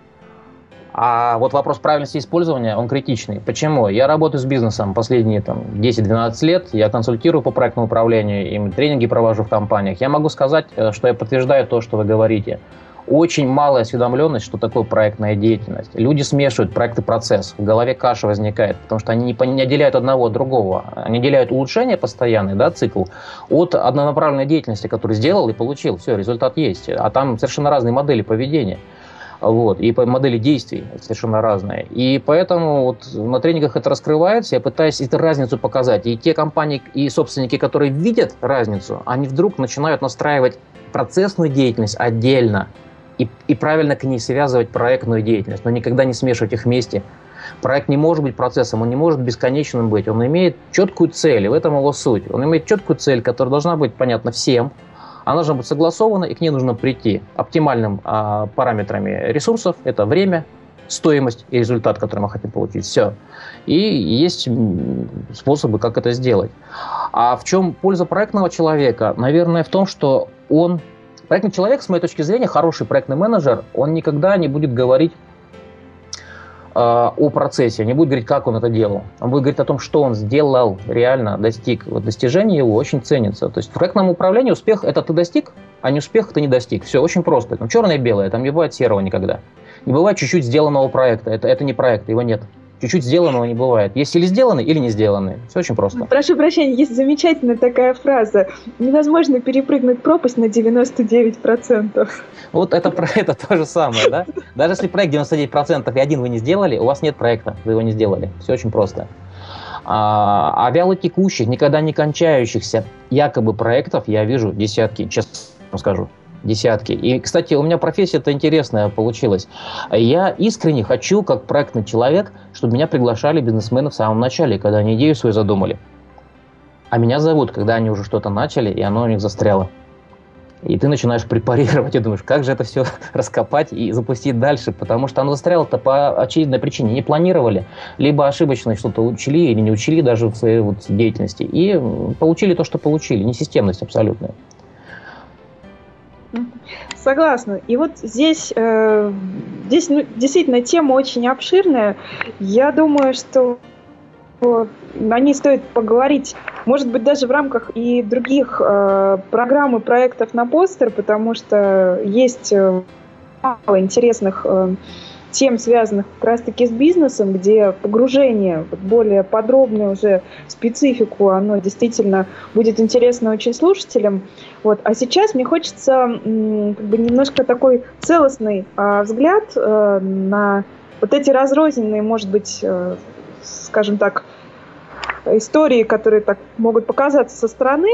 А вот вопрос правильности использования, он критичный. Почему? Я работаю с бизнесом последние 10-12 лет, я консультирую по проектному управлению, и тренинги провожу в компаниях. Я могу сказать, что я подтверждаю то, что вы говорите. Очень малая осведомленность, что такое проектная деятельность. Люди смешивают проект и процесс. В голове каша возникает, потому что они не отделяют одного от другого. Они отделяют улучшение постоянное, цикл, от однонаправленной деятельности, которую сделал и получил. Все, результат есть. А там совершенно разные модели поведения. Вот, и модели действий совершенно разные. И поэтому вот на тренингах это раскрывается, я пытаюсь эту разницу показать. И те компании и собственники, которые видят разницу, они вдруг начинают настраивать процессную деятельность отдельно и правильно к ней связывать проектную деятельность, но никогда не смешивать их вместе. Проект не может быть процессом, он не может бесконечным быть, он имеет четкую цель, и в этом его суть. Он имеет четкую цель, которая должна быть понятна всем, она должна быть согласована, и к ней нужно прийти оптимальным параметрами ресурсов. Это время, стоимость и результат, который мы хотим получить. Все. И есть способы, как это сделать. А в чем польза проектного человека? Наверное, в том, что проектный человек, с моей точки зрения, хороший проектный менеджер, он никогда не будет говорить о процессе, не будет говорить, как он это делал. Он будет говорить о том, что он сделал, реально достиг. Вот достижение его очень ценится. То есть в проектном управлении успех – это ты достиг, а не успех – ты не достиг. Все очень просто. Там черное и белое, там не бывает серого никогда. Не бывает чуть-чуть сделанного проекта. Это не проект, его нет. Чуть-чуть сделанного не бывает. Есть или сделанный, или не сделанный. Все очень просто. Прошу прощения, есть замечательная такая фраза. Невозможно перепрыгнуть пропасть на 99%. Вот это про это то же самое, да? Даже если проект 99% и один вы не сделали, у вас нет проекта, вы его не сделали. Все очень просто. А вялотекущих, никогда не кончающихся якобы проектов я вижу десятки, честно скажу. Десятки. И, кстати, у меня профессия-то интересная получилась. Я искренне хочу, как проектный человек, чтобы меня приглашали бизнесмены в самом начале, когда они идею свою задумали. А меня зовут, когда они уже что-то начали, и оно у них застряло. И ты начинаешь препарировать, и думаешь, как же это все раскопать и запустить дальше, потому что оно застряло-то по очевидной причине. Не планировали, либо ошибочно что-то учли или не учли даже в своей деятельности. И получили то, что получили. Несистемность абсолютная. Согласна. И вот здесь действительно тема очень обширная. Я думаю, что о ней стоит поговорить, может быть, даже в рамках и других программ и проектов на постер, потому что есть мало интересных тем, связанных как раз-таки с бизнесом, где погружение более подробное уже в специфику, оно действительно будет интересно очень слушателям. Вот. А сейчас мне хочется немножко такой целостный взгляд на вот эти разрозненные, может быть, скажем так, истории, которые так могут показаться со стороны,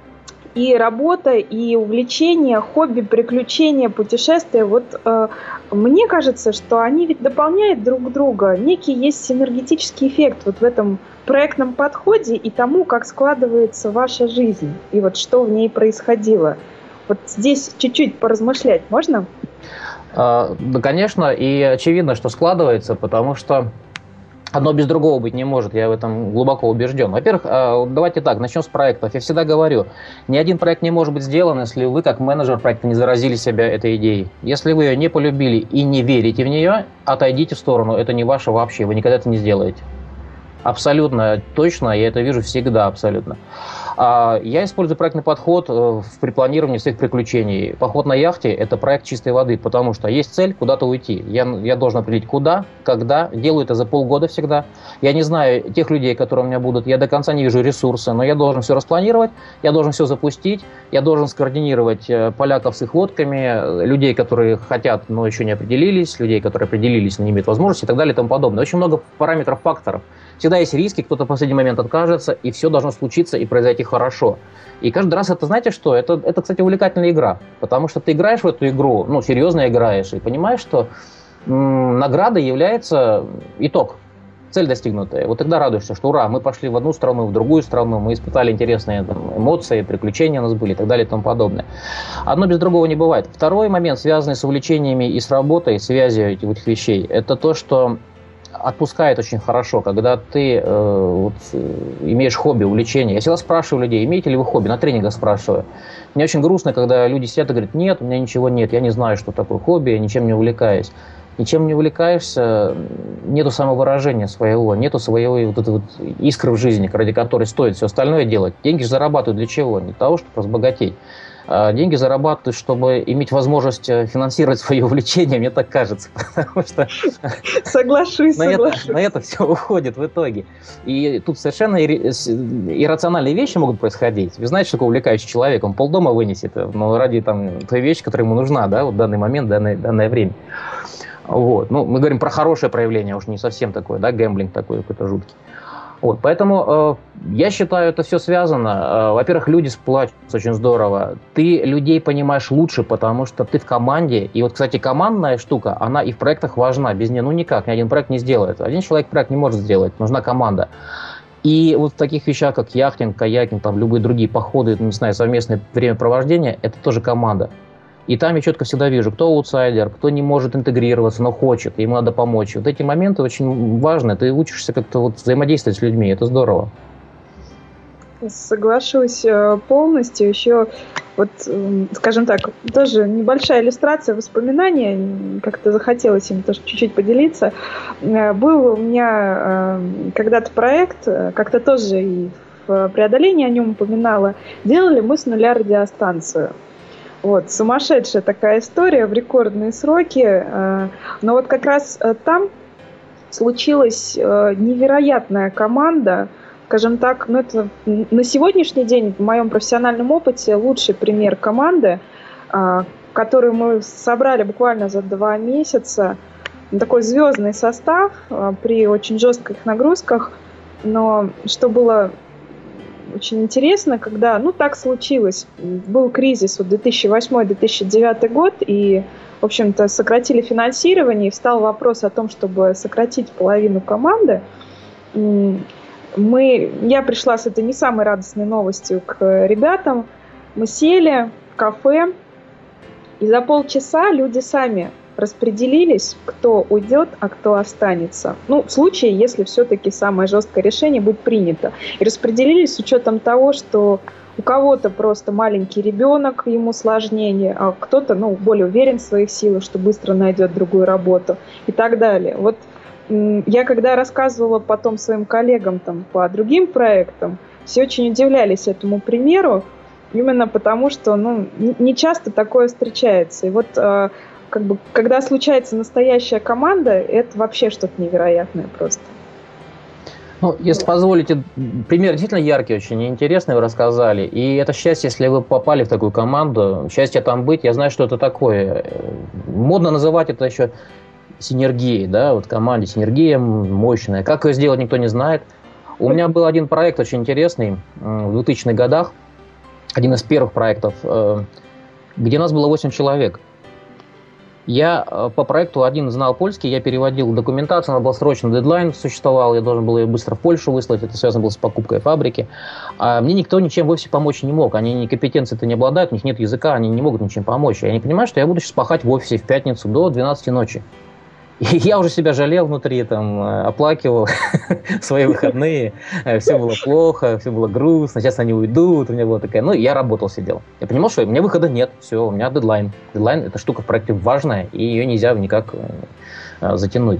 и работа, и увлечение, хобби, приключения, путешествия. Вот мне кажется, что они ведь дополняют друг друга. Некий есть синергетический эффект вот в этом проектном подходе и тому, как складывается ваша жизнь, и вот что в ней происходило. Вот здесь чуть-чуть поразмышлять можно? Да, конечно, и очевидно, что складывается, потому что одно без другого быть не может, я в этом глубоко убежден. Во-первых, давайте так, начнем с проектов. Я всегда говорю, ни один проект не может быть сделан, если вы, как менеджер проекта, не заразили себя этой идеей. Если вы ее не полюбили и не верите в нее, отойдите в сторону, это не ваше вообще, вы никогда это не сделаете. Абсолютно точно, я это вижу всегда абсолютно. Я использую проектный подход при планировании своих приключений. Поход на яхте – это проект чистой воды, потому что есть цель куда-то уйти. Я должен определить куда, когда. Делаю это за полгода всегда. Я не знаю тех людей, которые у меня будут. Я до конца не вижу ресурсы, но я должен все распланировать, я должен все запустить, я должен скоординировать поляков с их лодками, людей, которые хотят, но еще не определились, людей, которые определились, но не имеют возможности и так далее и тому подобное. Очень много параметров, факторов. Всегда есть риски, кто-то в последний момент откажется, и все должно случиться и произойти хорошо. И каждый раз это, знаете что, это, кстати, увлекательная игра, потому что ты играешь в эту игру, серьезно играешь, и понимаешь, что наградой является итог, цель достигнутая. Вот тогда радуешься, что ура, мы пошли в одну страну, в другую страну, мы испытали интересные эмоции, приключения у нас были и так далее и тому подобное. Одно без другого не бывает. Второй момент, связанный с увлечениями и с работой, связью этих вещей, это то, что отпускает очень хорошо, когда ты имеешь хобби, увлечение. Я всегда спрашиваю людей, имеете ли вы хобби, на тренингах спрашиваю. Мне очень грустно, когда люди сидят и говорят, нет, у меня ничего нет, я не знаю, что такое хобби, я ничем не увлекаюсь. Ничем не увлекаешься, нету самовыражения своего, нету своей вот этой вот искры в жизни, ради которой стоит все остальное делать. Деньги же зарабатывают для чего? Не для того, чтобы разбогатеть. Деньги зарабатывают, чтобы иметь возможность финансировать свои увлечения, мне так кажется. Потому что соглашусь. На это все уходит в итоге. И тут совершенно иррациональные вещи могут происходить. Вы знаете, что такое увлекающий человек? Он полдома вынесет, но ради той вещи, которая ему нужна, да, в данный момент, данное время. Вот. Мы говорим про хорошее проявление, уж не совсем такое, да, гэмблинг такой какой-то жуткий. Вот, поэтому я считаю, это все связано. Во-первых, люди сплачиваются очень здорово. Ты людей понимаешь лучше, потому что ты в команде. И вот, кстати, командная штука, она и в проектах важна. Без нее никак, ни один проект не сделает. Один человек проект не может сделать, нужна команда. И вот в таких вещах, как яхтинг, каякинг, там, любые другие походы, не знаю, совместное времяпровождение, это тоже команда. И там я четко всегда вижу, кто аутсайдер, кто не может интегрироваться, но хочет, ему надо помочь. Вот эти моменты очень важны. Ты учишься как-то взаимодействовать с людьми, это здорово. Соглашусь полностью. Еще, скажем так, тоже небольшая иллюстрация воспоминания. Как-то захотелось им тоже чуть-чуть поделиться. Был у меня когда-то проект, как-то тоже и в преодолении о нем упоминала. Делали мы с нуля радиостанцию. Вот, сумасшедшая такая история в рекордные сроки. Но вот как раз там случилась невероятная команда. Скажем так, это на сегодняшний день в моем профессиональном опыте лучший пример команды, которую мы собрали буквально за 2 месяца. Такой звездный состав при очень жестких нагрузках. Но что было очень интересно, когда, так случилось, был кризис 2008-2009 год, и, в общем-то, сократили финансирование, и встал вопрос о том, чтобы сократить половину команды. Я пришла с этой не самой радостной новостью к ребятам, мы сели в кафе, и за полчаса люди сами распределились, кто уйдет, а кто останется. В случае, если все-таки самое жесткое решение будет принято. И распределились с учетом того, что у кого-то просто маленький ребенок, ему сложнее, а кто-то более уверен в своих силах, что быстро найдет другую работу и так далее. Вот я когда рассказывала потом своим коллегам по другим проектам, все очень удивлялись этому примеру, именно потому что не часто такое встречается. И вот когда случается настоящая команда, это вообще что-то невероятное просто. Ну, если позволите, пример действительно яркий, очень интересный вы рассказали. И это счастье, если вы попали в такую команду, счастье там быть, я знаю, что это такое. Модно называть это еще синергией, да, вот в команде синергия мощная. Как ее сделать, никто не знает. У меня был один проект очень интересный в 2000-х годах, один из первых проектов, где нас было 8 человек. Я по проекту один знал польский, я переводил документацию, она была срочно, дедлайн существовал, я должен был ее быстро в Польшу выслать, это связано было с покупкой фабрики. А мне никто ничем вовсе помочь не мог, они компетенции-то не обладают, у них нет языка, они не могут ничем помочь. Я не понимаю, что я буду сейчас пахать в офисе в пятницу до 12 ночи. И я уже себя жалел внутри, там, оплакивал свои выходные, все было плохо, все было грустно, сейчас они уйдут, у меня была такая, ну, я работал, сидел. Я понимал, что у меня выхода нет, все, у меня дедлайн. Дедлайн – это штука в проекте важная, и ее нельзя никак затянуть.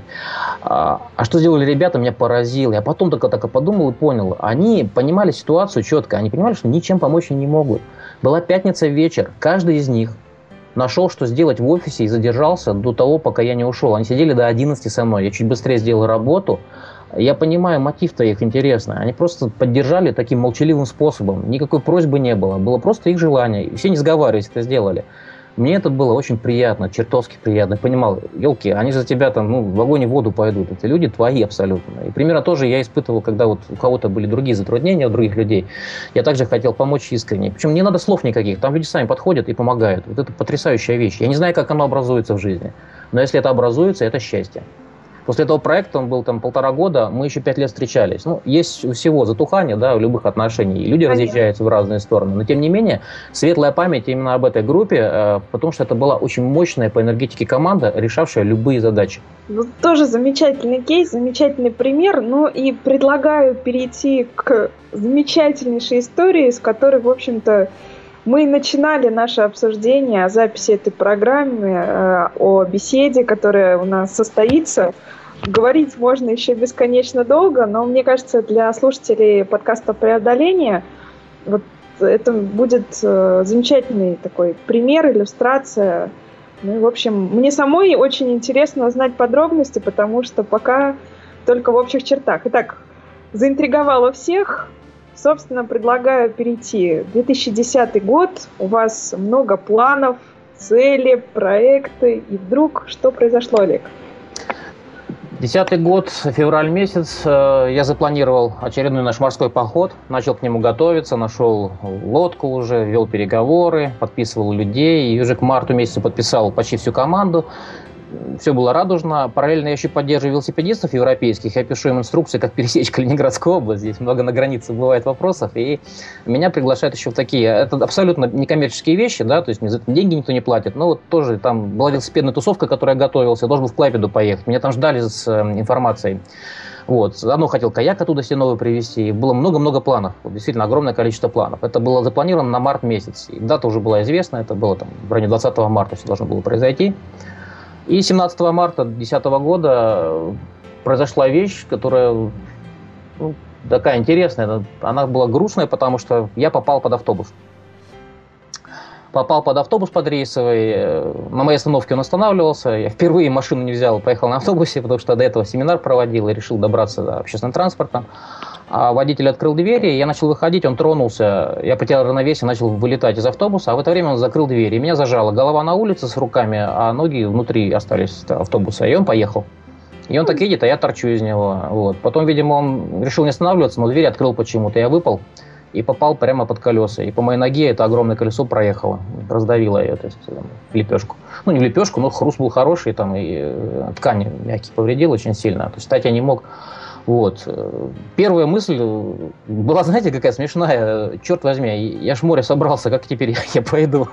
А что сделали ребята, меня поразило. Я потом только так подумал и понял, они понимали ситуацию четко, они понимали, что ничем помочь не могут. Была пятница вечер, каждый из них нашел, что сделать в офисе и задержался до того, пока я не ушел. Они сидели до 11 со мной. Я чуть быстрее сделал работу. Я понимаю, мотив-то их интересный. Они просто поддержали таким молчаливым способом. Никакой просьбы не было. Было просто их желание. И все, не сговариваясь, это сделали. Мне это было очень приятно, чертовски приятно. Я понимал, елки, они же за тебя там, в огонь и в воду пойдут. Это люди твои абсолютно. И примерно тоже я испытывал, когда вот у кого-то были другие затруднения, у других людей. Я также хотел помочь искренне. Причем не надо слов никаких. Там люди сами подходят и помогают. Вот это потрясающая вещь. Я не знаю, как оно образуется в жизни. Но если это образуется, это счастье. После этого проекта, он был там 1,5 года, мы еще 5 лет встречались. Ну, есть у всего затухание, да, у любых отношений. Люди разъезжаются в разные стороны. Но, тем не менее, светлая память именно об этой группе, потому что это была очень мощная по энергетике команда, решавшая любые задачи. Ну, тоже замечательный кейс, замечательный пример. Ну, и предлагаю перейти к замечательнейшей истории, с которой, в общем-то, мы начинали наше обсуждение о записи этой программы, о беседе, которая у нас состоится. Говорить можно еще бесконечно долго, но мне кажется, для слушателей подкаста «Преодоление» вот это будет замечательный такой пример, иллюстрация. Ну и, в общем, мне самой очень интересно узнать подробности, потому что пока только в общих чертах. Итак, заинтриговало всех. Собственно, предлагаю перейти. 2010 год, у вас много планов, цели, проекты, и вдруг что произошло, Олег? 2010 год, февраль месяц, я запланировал очередной наш морской поход, начал к нему готовиться, нашел лодку уже, вел переговоры, подписывал людей, и уже к марту месяцу подписал почти всю команду. Все было радужно. Параллельно я еще поддерживаю велосипедистов европейских. Я пишу им инструкции, как пересечь Калининградскую область. Здесь много на границе бывает вопросов. И меня приглашают еще в такие... Это абсолютно некоммерческие вещи, да, то есть за это деньги никто не платит. Но вот тоже там была велосипедная тусовка, к которой я готовился. Я должен был в Клайпеду поехать. Меня там ждали с информацией. Вот. Заодно хотел каяк оттуда себе новый привезти. Было много-много планов. Вот, действительно, огромное количество планов. Это было запланировано на март месяц. И дата уже была известна. Это было там в районе 20 марта все должно было произойти. И 17 марта 2010 года произошла вещь, которая такая интересная. Она была грустная, потому что я попал под автобус. Попал под автобус подрейсовый. На моей остановке он останавливался. Я впервые машину не взял, поехал на автобусе, потому что до этого семинар проводил и решил добраться до общественного транспорта. А водитель открыл двери, я начал выходить, он тронулся, я потерял равновесие, начал вылетать из автобуса, а в это время он закрыл двери. И меня зажало. Голова на улице с руками, а ноги внутри остались автобуса. И он поехал. И он так едет, а я торчу из него. Вот. Потом, видимо, он решил не останавливаться, но дверь открыл почему-то. Я выпал и попал прямо под колеса. И по моей ноге это огромное колесо проехало, раздавило ее, то есть в лепешку. Ну, не в лепешку, но хруст был хороший, там, и ткань мягкий повредил очень сильно. То есть встать я не мог. Вот. Первая мысль была, знаете, какая смешная. Черт возьми, я ж в море собрался, как теперь я пойду?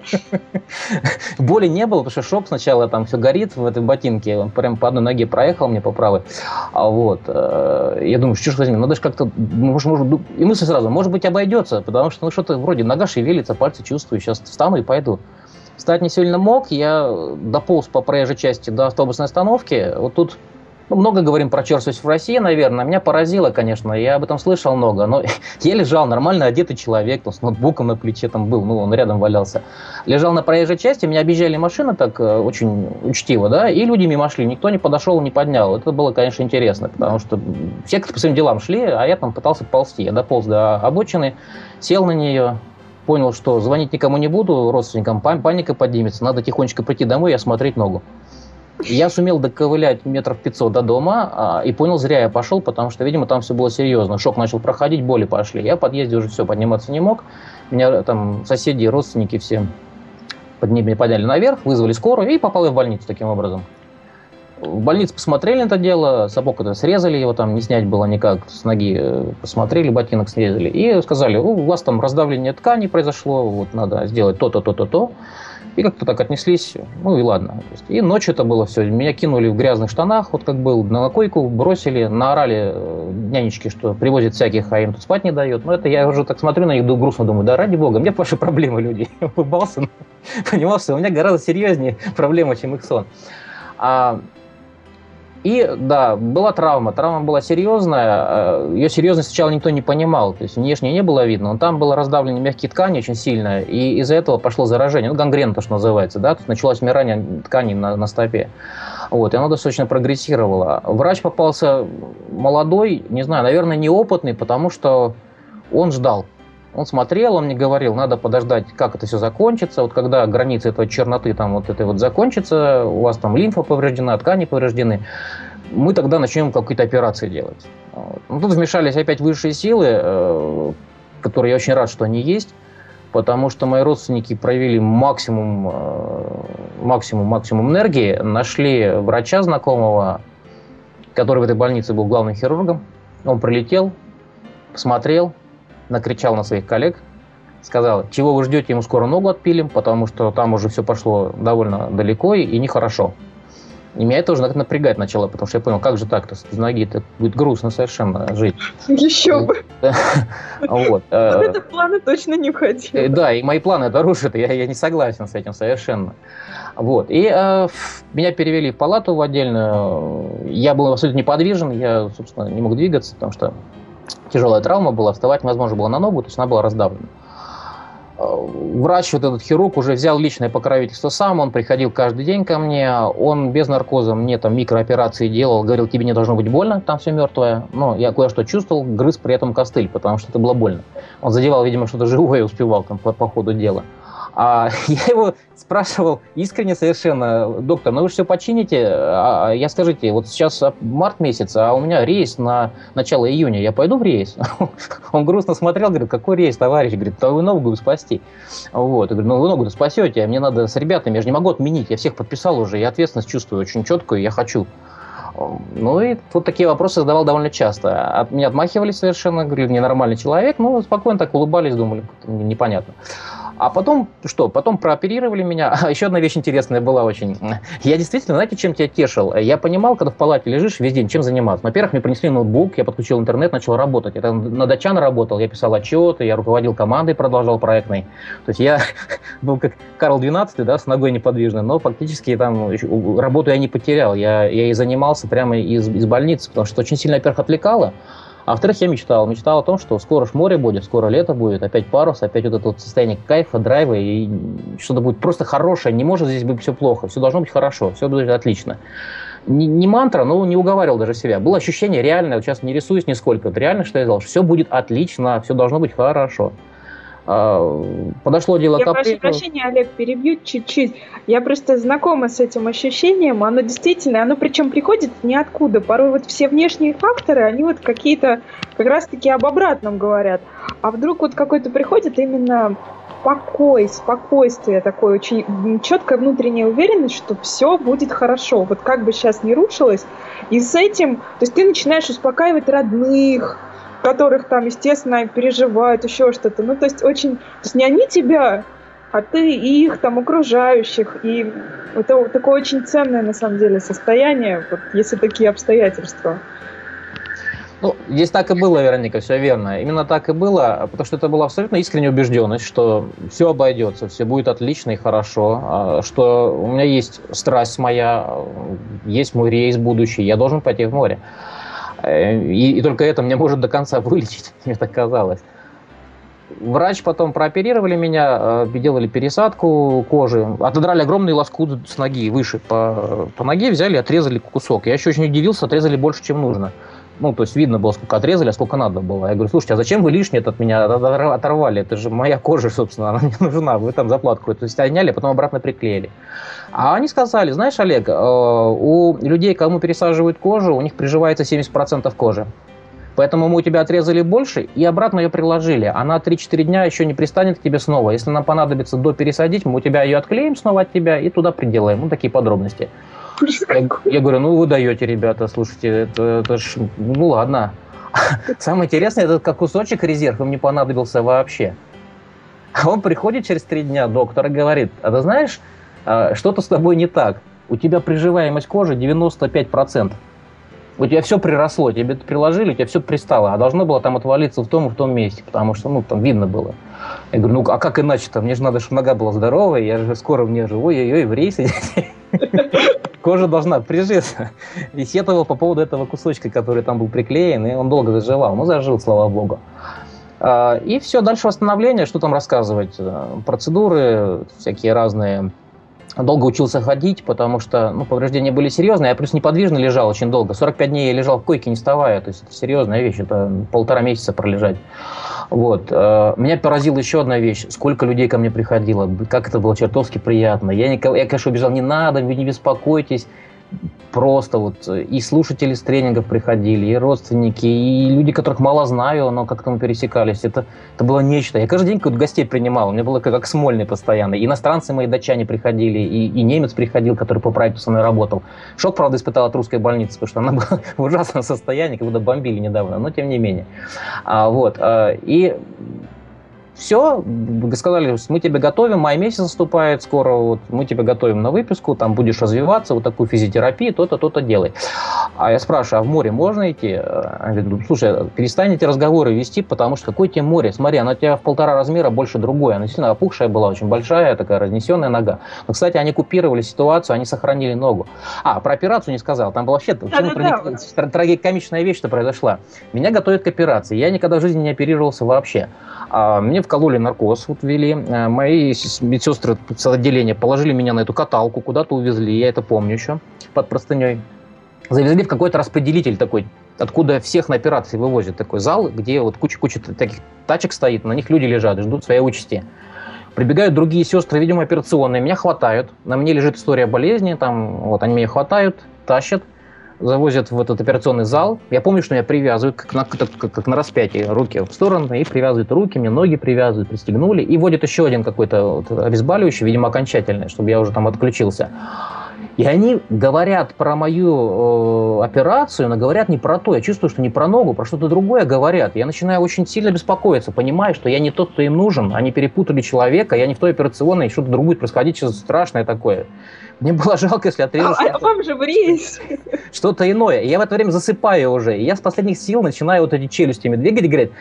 Боли не было, потому что шок сначала, там все горит в этой ботинке. Он прям по одной ноге проехал мне по правой. Вот. Я думаю, черт возьми, надо же как-то... И мысль сразу, может быть, обойдется, потому что что-то вроде нога шевелится, пальцы чувствую, сейчас встану и пойду. Встать не сильно мог, я дополз по проезжей части до автобусной остановки. Вот тут много говорим про черствость в России, наверное. Меня поразило, конечно, я об этом слышал много. Но я лежал, нормально одетый человек, с ноутбуком на плече там был, он рядом валялся. Лежал на проезжей части, меня объезжали машины так очень учтиво, да, и люди мимо шли, никто не подошел, не поднял. Это было, конечно, интересно, потому что все по своим делам шли, а я там пытался ползти. Я дополз до обочины, сел на нее, понял, что звонить никому не буду, родственникам, паника поднимется, надо тихонечко прийти домой и осмотреть ногу. Я сумел доковылять метров 500 до дома и понял, зря я пошел, потому что, видимо, там все было серьезно. Шок начал проходить, боли пошли. Я в подъезде уже все, подниматься не мог. Меня там соседи, родственники все подняли наверх, вызвали скорую и попал я в больницу таким образом. В больнице посмотрели на это дело, сапог это срезали, его там не снять было никак, с ноги посмотрели, ботинок срезали. И сказали, у вас там раздавление ткани произошло, вот надо сделать то-то, то-то, то. И как-то так отнеслись, ну и ладно. И ночью это было все. Меня кинули в грязных штанах, вот как был, на койку бросили, наорали нянечки, что привозят всяких, а им тут спать не дают. Но это я уже так смотрю на них, грустно думаю, да ради бога, мне ваши проблемы, люди. Я улыбался, понимал, что у меня гораздо серьезнее проблема, чем их сон. И да, была травма. Травма была серьезная. Ее серьезность сначала никто не понимал. То есть внешне не было видно. Но там было раздавление мягкие ткани очень сильное. И из-за этого пошло заражение. Ну, гангрена, то, что называется. Да? Тут началось умирание тканей на стопе. Вот. И оно достаточно прогрессировало. Врач попался молодой, не знаю, наверное, неопытный, потому что он ждал. Он смотрел, он мне говорил, надо подождать, как это все закончится. Вот когда границы этой черноты там вот этой вот закончатся, у вас там лимфа повреждена, ткани повреждены, мы тогда начнем какие-то операции делать. Вот. Тут вмешались опять высшие силы, которые я очень рад, что они есть, потому что мои родственники проявили максимум энергии, нашли врача знакомого, который в этой больнице был главным хирургом. Он прилетел, посмотрел, накричал на своих коллег, сказал, чего вы ждете, ему скоро ногу отпилим, потому что там уже все пошло довольно далеко и нехорошо. И меня это уже напрягать начало, потому что я понял, как же так-то, с ноги-то будет грустно совершенно жить. Еще бы. Вот это планы точно не входили. Да, и мои планы это рушат, я не согласен с этим совершенно. Вот. И меня перевели в палату в отдельную. Я был абсолютно неподвижен, я, собственно, не мог двигаться, потому что тяжелая травма была, вставать невозможно было на ногу, то есть она была раздавлена. Врач, вот этот хирург, уже взял личное покровительство сам, он приходил каждый день ко мне, он без наркоза мне там микрооперации делал, говорил, тебе не должно быть больно, там все мертвое, но я кое-что чувствовал, грыз при этом костыль, потому что это было больно. Он задевал, видимо, что-то живое и успевал там по ходу дела. А я его спрашивал искренне совершенно, доктор, ну вы же все почините, я скажите, вот сейчас март месяц, а у меня рейс на начало июня, я пойду в рейс? Он грустно смотрел, говорит, какой рейс, товарищ, говорит, твою ногу спасти. Вот, я говорю, ну вы ногу-то спасете, а мне надо с ребятами, я же не могу отменить, я всех подписал уже, я ответственность чувствую очень четкую, я хочу. Ну и вот такие вопросы задавал довольно часто. От меня отмахивались совершенно, говорили, ненормальный человек, ну спокойно так улыбались, думали, непонятно. А потом, что? Потом прооперировали меня. А еще одна вещь интересная была очень. Я действительно, знаете, чем тебя тешил? Я понимал, когда в палате лежишь весь день, чем заниматься. Во-первых, мне принесли ноутбук, я подключил интернет, начал работать. Я там на датчан работал, я писал отчеты, я руководил командой, продолжал проектной. То есть я был как Карл XII, да, с ногой неподвижной, но фактически там работу я не потерял. Я и занимался прямо из больницы, потому что очень сильно, во-первых, отвлекало. А во-вторых, я мечтал о том, что скоро ж море будет, скоро лето будет, опять парус, опять вот это вот состояние кайфа, драйва, и что-то будет просто хорошее, не может здесь быть все плохо, все должно быть хорошо, все будет отлично. Не мантра, но не уговаривал даже себя. Было ощущение реальное, вот сейчас не рисуюсь нисколько, это реально, что я сказал, что все будет отлично, все должно быть хорошо. Подошло дело к апрелю. Я прошу прощения, Олег, перебью чуть-чуть. Я просто знакома с этим ощущением. Оно действительно, оно причем приходит ниоткуда. Порой вот все внешние факторы, они вот какие-то как раз-таки об обратном говорят. А вдруг вот какой-то приходит именно спокойствие такое, очень четкая внутренняя уверенность, что все будет хорошо. Вот как бы сейчас не рушилось. И с этим, то есть ты начинаешь успокаивать родных, которых там, естественно, переживают, еще что-то. Ну, то есть не они тебя, а ты и их там окружающих. И это такое очень ценное, на самом деле, состояние, вот, если такие обстоятельства. Ну, здесь так и было, Вероника, все верно. Именно так и было, потому что это была абсолютно искренняя убежденность, что все обойдется, все будет отлично и хорошо, что у меня есть страсть моя, есть мой рейс будущий, я должен пойти в море. И только это меня может до конца вылечить, мне так казалось. Врач потом прооперировали меня, делали пересадку кожи, отодрали огромный лоскут с ноги выше по ноге, взяли, отрезали кусок. Я еще очень удивился, отрезали больше, чем нужно. Ну, то есть видно было, сколько отрезали, а сколько надо было. Я говорю, слушайте, а зачем вы лишнее от меня оторвали? Это же моя кожа, собственно, она мне нужна. Вы там заплатку эту сняли, а потом обратно приклеили. А они сказали, знаешь, Олег, у людей, кому пересаживают кожу, у них приживается 70% кожи. Поэтому мы у тебя отрезали больше и обратно ее приложили. Она 3-4 дня еще не пристанет к тебе снова. Если нам понадобится допересадить, мы у тебя ее отклеим снова от тебя и туда приделаем. Ну, такие подробности. Я говорю, ну вы даете, ребята, слушайте, это ж, ну ладно. Самое интересное, этот как кусочек резерв им не понадобился вообще. А он приходит через 3 дня, доктор, и говорит, а ты знаешь, что-то с тобой не так. У тебя приживаемость кожи 95%. У тебя все приросло, тебе это приложили, у тебя все пристало, а должно было там отвалиться в том и в том месте, потому что, ну, там видно было. Я говорю, ну, а как иначе-то? Мне же надо, чтобы нога была здоровая, я же скоро мне же, ой-ой-ой, в рейс идти. Кожа должна прижиться. И сетовал по поводу этого кусочка, который там был приклеен, и он долго заживал. Ну, зажил, слава богу. И все, дальше восстановление, что там рассказывать? Процедуры всякие разные. Долго учился ходить, потому что повреждения были серьезные. Я плюс неподвижно лежал очень долго. 45 дней я лежал в койке, не вставая. То есть это серьезная вещь. Это 1,5 месяца пролежать. Вот. Меня поразила еще одна вещь. Сколько людей ко мне приходило. Как это было чертовски приятно. Я, конечно, убежал. Не надо, вы не беспокойтесь. Просто вот и слушатели с тренингов приходили, и родственники, и люди, которых мало знаю, но как-то мы пересекались. Это было нечто. Я каждый день гостей принимал. У меня было как Смольный постоянно. Иностранцы мои, датчане приходили, и немец приходил, который по проекту со мной работал. Шок, правда, испытал от русской больницы, потому что она была в ужасном состоянии, как будто бомбили недавно, но тем не менее. И все, сказали, мы тебя готовим, май месяц наступает скоро, вот, мы тебя готовим на выписку, там будешь развиваться, вот такую физиотерапию, то-то, то-то делай. А я спрашиваю, а в море можно идти? Они говорят, слушай, перестань эти разговоры вести, потому что какое тебе море? Смотри, она у тебя в 1,5 размера больше другой, она сильно опухшая была, очень большая, такая разнесенная нога. Но, кстати, они купировали ситуацию, они сохранили ногу. Про операцию не сказал, там была вообще трагикомичная вещь, что произошла. Меня готовят к операции, я никогда в жизни не оперировался вообще. Мне вкололи наркоз, вот ввели. Мои медсестры с отделения положили меня на эту каталку, куда-то увезли, я это помню еще, под простыней. Завезли в какой-то распределитель такой, откуда всех на операции вывозят, такой зал, где вот куча таких тачек стоит, на них люди лежат, ждут своей участи. Прибегают другие сестры, видимо, операционные, меня хватают, на мне лежит история болезни, там, вот, они меня хватают, тащат, завозят в этот операционный зал. Я помню, что меня привязывают, как на распятие, руки в стороны, и привязывают руки, мне ноги привязывают, пристегнули, и вводят еще один какой-то обезболивающий, видимо, окончательный, чтобы я уже там отключился. И они говорят про мою операцию, но говорят не про то. Я чувствую, что не про ногу, про что-то другое говорят. Я начинаю очень сильно беспокоиться, понимаю, что я не тот, кто им нужен. Они перепутали человека, я не в той операционной, что-то другое будет происходить, что-то страшное такое. Мне было жалко, если отрезать вам же в рейс. Что-то иное. И я в это время засыпаю уже. И я с последних сил начинаю вот эти челюстями двигать и говорит,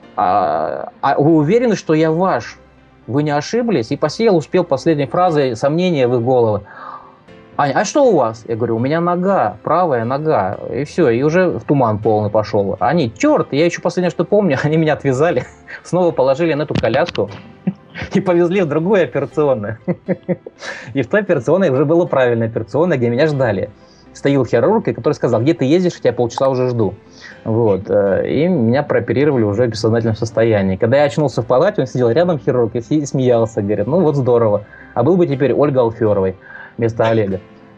вы уверены, что я ваш? Вы не ошиблись? И посеял, успел последней фразой сомнения в их головы. Аня, а что у вас? Я говорю, у меня нога, правая нога. И все, и уже в туман полный пошел. Они, черт, я еще последнее, что помню, они меня отвязали, снова положили на эту коляску и повезли в другую операционную. И в той операционной уже было правильное операционное, где меня ждали. Стоял хирург, который сказал, где ты ездишь, я тебя полчаса уже жду. Вот. И меня прооперировали уже в бессознательном состоянии. Когда я очнулся в палате, он сидел рядом, хирург, и смеялся, говорит, ну вот здорово. А был бы теперь Ольгой Алферовой вместо Олега.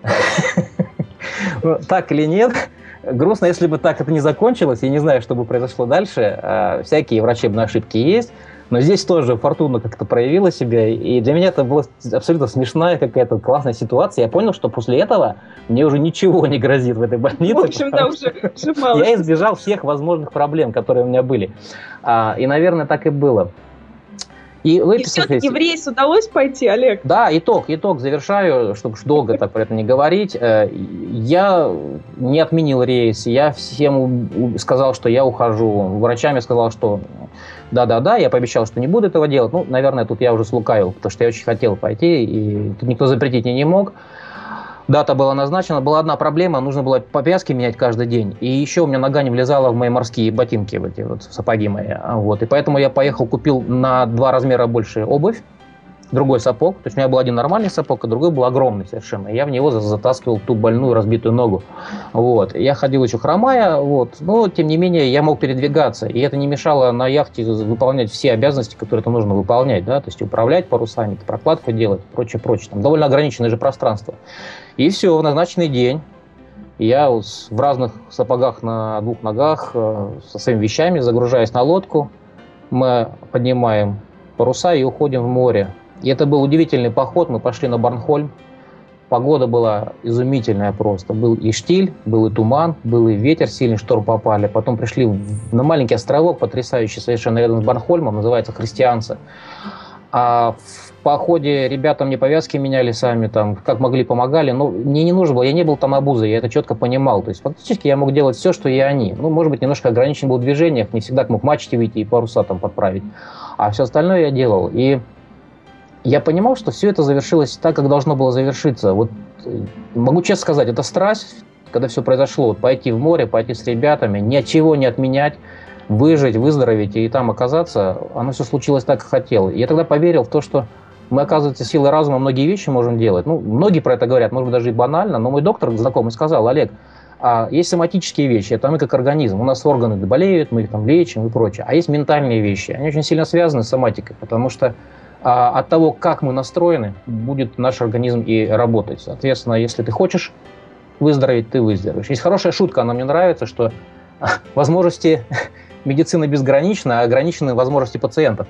Так или нет, грустно, если бы так это не закончилось. Я не знаю, что бы произошло дальше. Всякие врачебные ошибки есть. Но здесь тоже фортуна как-то проявила себя. И для меня это была абсолютно смешная какая-то классная ситуация. Я понял, что после этого мне уже ничего не грозит в этой больнице. В общем, да, уже мало. Я избежал всех возможных проблем, которые у меня были. И, наверное, так и было. И все-таки в рейс удалось пойти, Олег? Да, итог завершаю, чтобы долго так про это не говорить. Я не отменил рейс, я всем сказал, что я ухожу. Врачам я сказал, что да, я пообещал, что не буду этого делать. Ну, наверное, тут я уже слукавил, потому что я очень хотел пойти, и тут никто запретить мне не мог. Дата была назначена. Была одна проблема, нужно было повязки менять каждый день. И еще у меня нога не влезала в мои морские ботинки, в эти вот сапоги мои. Вот. И поэтому я поехал, купил на 2 размера больше обувь, другой сапог. То есть у меня был один нормальный сапог, а другой был огромный совершенно. И я в него затаскивал ту больную разбитую ногу. Вот. Я ходил еще хромая, вот. Но тем не менее я мог передвигаться. И это не мешало на яхте выполнять все обязанности, которые это нужно выполнять. Да? То есть управлять парусами, прокладку делать, прочее. Там довольно ограниченное же пространство. И все, в назначенный день я в разных сапогах на 2 ногах со своими вещами загружаюсь на лодку. Мы поднимаем паруса и уходим в море. И это был удивительный поход. Мы пошли на Борнхольм. Погода была изумительная просто. Был и штиль, был и туман, был и ветер, сильный шторм попали. Потом пришли на маленький островок, потрясающий совершенно рядом с Борнхольмом, называется Христианца. А в походе ребята мне повязки меняли сами, там, как могли, помогали. Но мне не нужно было, я не был там обузой, я это четко понимал. То есть фактически я мог делать все, что и они. Ну, может быть, немножко ограничен был в движениях, не всегда мог к мачте выйти и паруса там подправить. А все остальное я делал. И я понимал, что все это завершилось так, как должно было завершиться. Вот могу честно сказать, это страсть, когда все произошло. Вот пойти в море, пойти с ребятами, ничего не отменять, выжить, выздороветь и там оказаться, оно все случилось так, как хотел. И я тогда поверил в то, что мы, оказывается, силой разума многие вещи можем делать. Ну, многие про это говорят, может быть, даже и банально, но мой доктор знакомый сказал: Олег, есть соматические вещи, это мы как организм, у нас органы болеют, мы их там лечим и прочее. А есть ментальные вещи, они очень сильно связаны с соматикой, потому что от того, как мы настроены, будет наш организм и работать. Соответственно, если ты хочешь выздороветь, ты выздоровеешь. Есть хорошая шутка, она мне нравится, что возможности медицины безграничны, а ограничены возможности пациентов.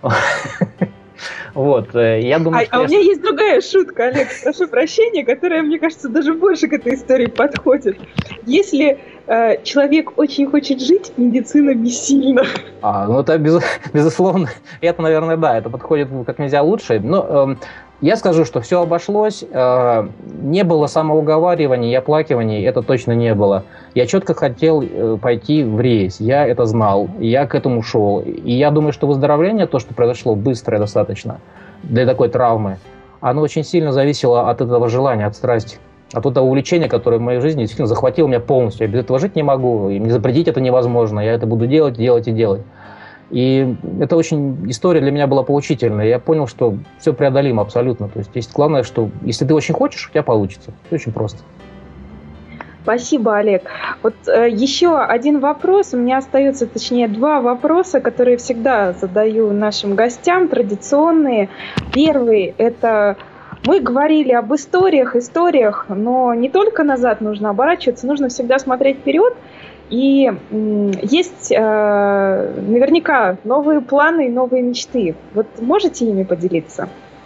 Вот, я думаю, у меня есть другая шутка, Олег, прошу прощения, которая, мне кажется, даже больше к этой истории подходит. Если человек очень хочет жить, медицина бессильна. Ну это безусловно, это, наверное, да, это подходит как нельзя лучше. Но я скажу, что все обошлось, не было самоуговариваний и оплакиваний, это точно не было. Я четко хотел пойти в рейс, я это знал, я к этому шел. И я думаю, что выздоровление, то, что произошло быстро достаточно для такой травмы, оно очень сильно зависело от этого желания, от страсти, от этого увлечения, которое в моей жизни действительно захватило меня полностью. Я без этого жить не могу, и мне запретить это невозможно, я это буду делать. И это очень история для меня была поучительная. Я понял, что все преодолимо абсолютно. То есть главное, что если ты очень хочешь, у тебя получится. Все очень просто. Спасибо, Олег. Вот еще один вопрос. У меня остается, точнее, 2 вопроса, которые всегда задаю нашим гостям, традиционные. Первый – это мы говорили об историях, но не только назад нужно оборачиваться, нужно всегда смотреть вперед. И есть наверняка новые планы и новые мечты. Вот можете ими поделиться?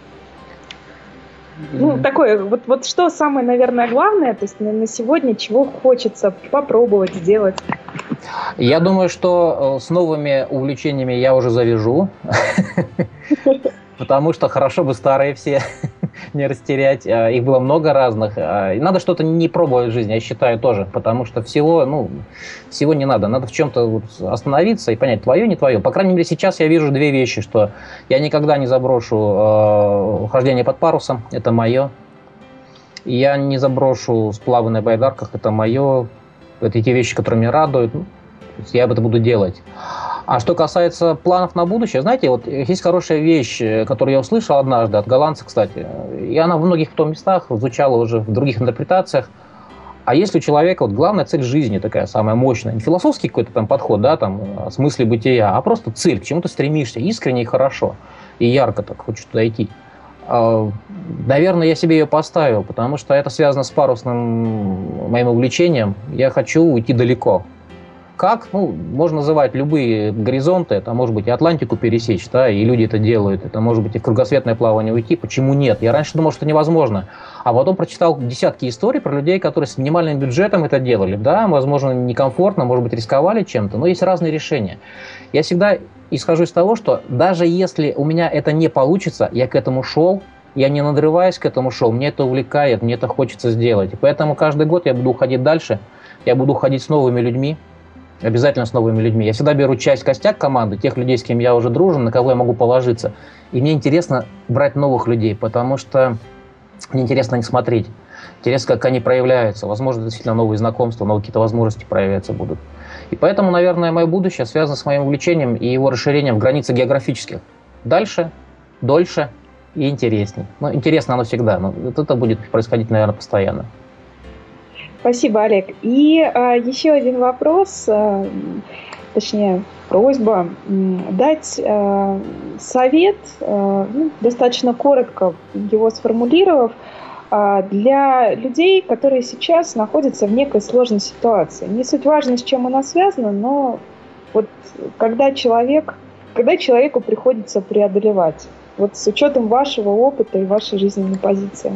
Ну, такое, вот что самое, наверное, главное, то есть на сегодня, чего хочется попробовать сделать? Я думаю, что с новыми увлечениями я уже завяжу, потому что хорошо бы старые все не растерять. Их было много разных. И надо что-то не пробовать в жизни, я считаю, тоже, потому что всего не надо. Надо в чем-то остановиться и понять, твое, не твое. По крайней мере, сейчас я вижу 2 вещи, что я никогда не заброшу хождение под парусом, это мое. Я не заброшу сплавы на байдарках, это мое. Это те вещи, которые меня радуют. Я это буду делать. А что касается планов на будущее, знаете, вот есть хорошая вещь, которую я услышал однажды от голландца, кстати, и она в многих местах звучала уже в других интерпретациях. А если у человека главная цель жизни такая самая мощная, не философский какой-то там подход, да, там, о смысле бытия, а просто цель, к чему ты стремишься, искренне и хорошо, и ярко так хочешь туда идти. Наверное, я себе ее поставил, потому что это связано с парусным моим увлечением. Я хочу уйти далеко. Как? Можно называть любые горизонты, это может быть и Атлантику пересечь, да, и люди это делают, это может быть и в кругосветное плавание уйти, почему нет? Я раньше думал, что это невозможно, а потом прочитал десятки историй про людей, которые с минимальным бюджетом это делали, да, возможно, некомфортно, может быть, рисковали чем-то, но есть разные решения. Я всегда исхожу из того, что даже если у меня это не получится, я к этому шел, я не надрываясь к этому шел, мне это увлекает, мне это хочется сделать, и поэтому каждый год я буду уходить дальше. Я буду ходить с новыми людьми, обязательно с новыми людьми. Я всегда беру костяк команды, тех людей, с кем я уже дружен, на кого я могу положиться. И мне интересно брать новых людей, потому что мне интересно на них смотреть. Интересно, как они проявляются. Возможно, действительно новые знакомства, новые какие-то возможности проявляться будут. И поэтому, наверное, мое будущее связано с моим увлечением и его расширением в границы географических. Дальше, дольше и интересней. Ну, интересно оно всегда, но это будет происходить, наверное, постоянно. Спасибо, Олег. И еще один вопрос, точнее, просьба дать совет, достаточно коротко его сформулировав, для людей, которые сейчас находятся в некой сложной ситуации. Не суть важно, с чем она связана, но вот когда человеку приходится преодолевать, вот с учетом вашего опыта и вашей жизненной позиции.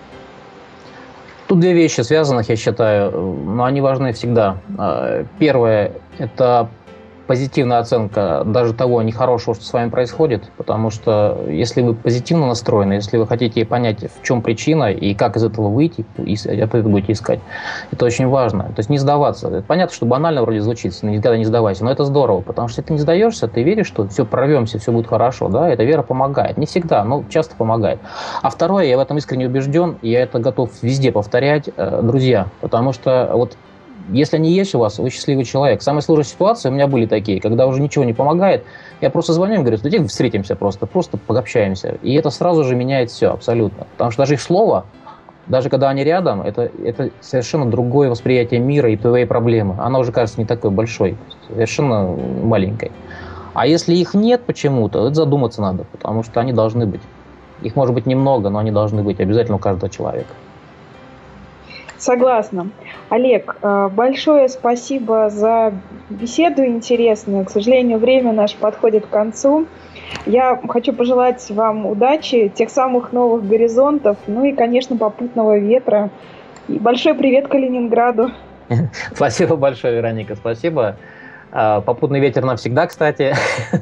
Тут две вещи связанных, я считаю, но они важны всегда. Первое – это позитивная оценка даже того нехорошего, что с вами происходит, потому что если вы позитивно настроены, если вы хотите понять, в чем причина и как из этого выйти, и это будете искать, это очень важно. То есть не сдаваться. Понятно, что банально вроде звучит, никогда не сдавайся, но это здорово, потому что если ты не сдаешься, ты веришь, что все прорвемся, все будет хорошо, да, эта вера помогает. Не всегда, но часто помогает. А второе, я в этом искренне убежден, и я это готов везде повторять, друзья, потому что вот если они есть у вас, вы счастливый человек. Самые сложные ситуации у меня были такие, когда уже ничего не помогает. Я просто звоню им, говорю, давайте встретимся просто пообщаемся. И это сразу же меняет все абсолютно. Потому что даже их слово, даже когда они рядом, это совершенно другое восприятие мира и твоей проблемы. Она уже кажется не такой большой, совершенно маленькой. А если их нет почему-то, это задуматься надо, потому что они должны быть. Их может быть немного, но они должны быть обязательно у каждого человека. Согласна. Олег, большое спасибо за беседу интересную. К сожалению, время наше подходит к концу. Я хочу пожелать вам удачи, тех самых новых горизонтов, ну и, конечно, попутного ветра. И большой привет Калининграду. Спасибо большое, Вероника, спасибо. Попутный ветер навсегда, кстати.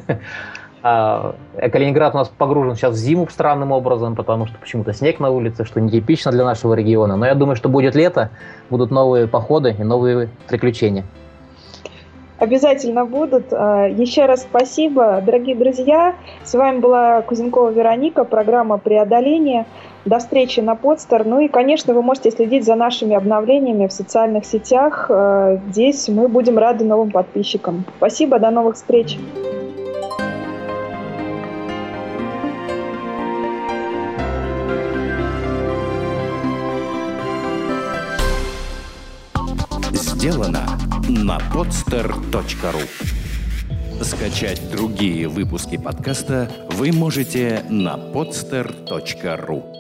Калининград у нас погружен сейчас в зиму странным образом, потому что почему-то снег на улице, что нетипично для нашего региона. Но я думаю, что будет лето, будут новые походы и новые приключения. Обязательно будут. Еще раз спасибо, дорогие друзья. С вами была Кузенкова Вероника, программа «Преодоление». До встречи на Podster. Ну и, конечно, вы можете следить за нашими обновлениями в социальных сетях. Здесь мы будем рады новым подписчикам. Спасибо, до новых встреч. Сделано на podster.ru. Скачать другие выпуски подкаста вы можете на podster.ru.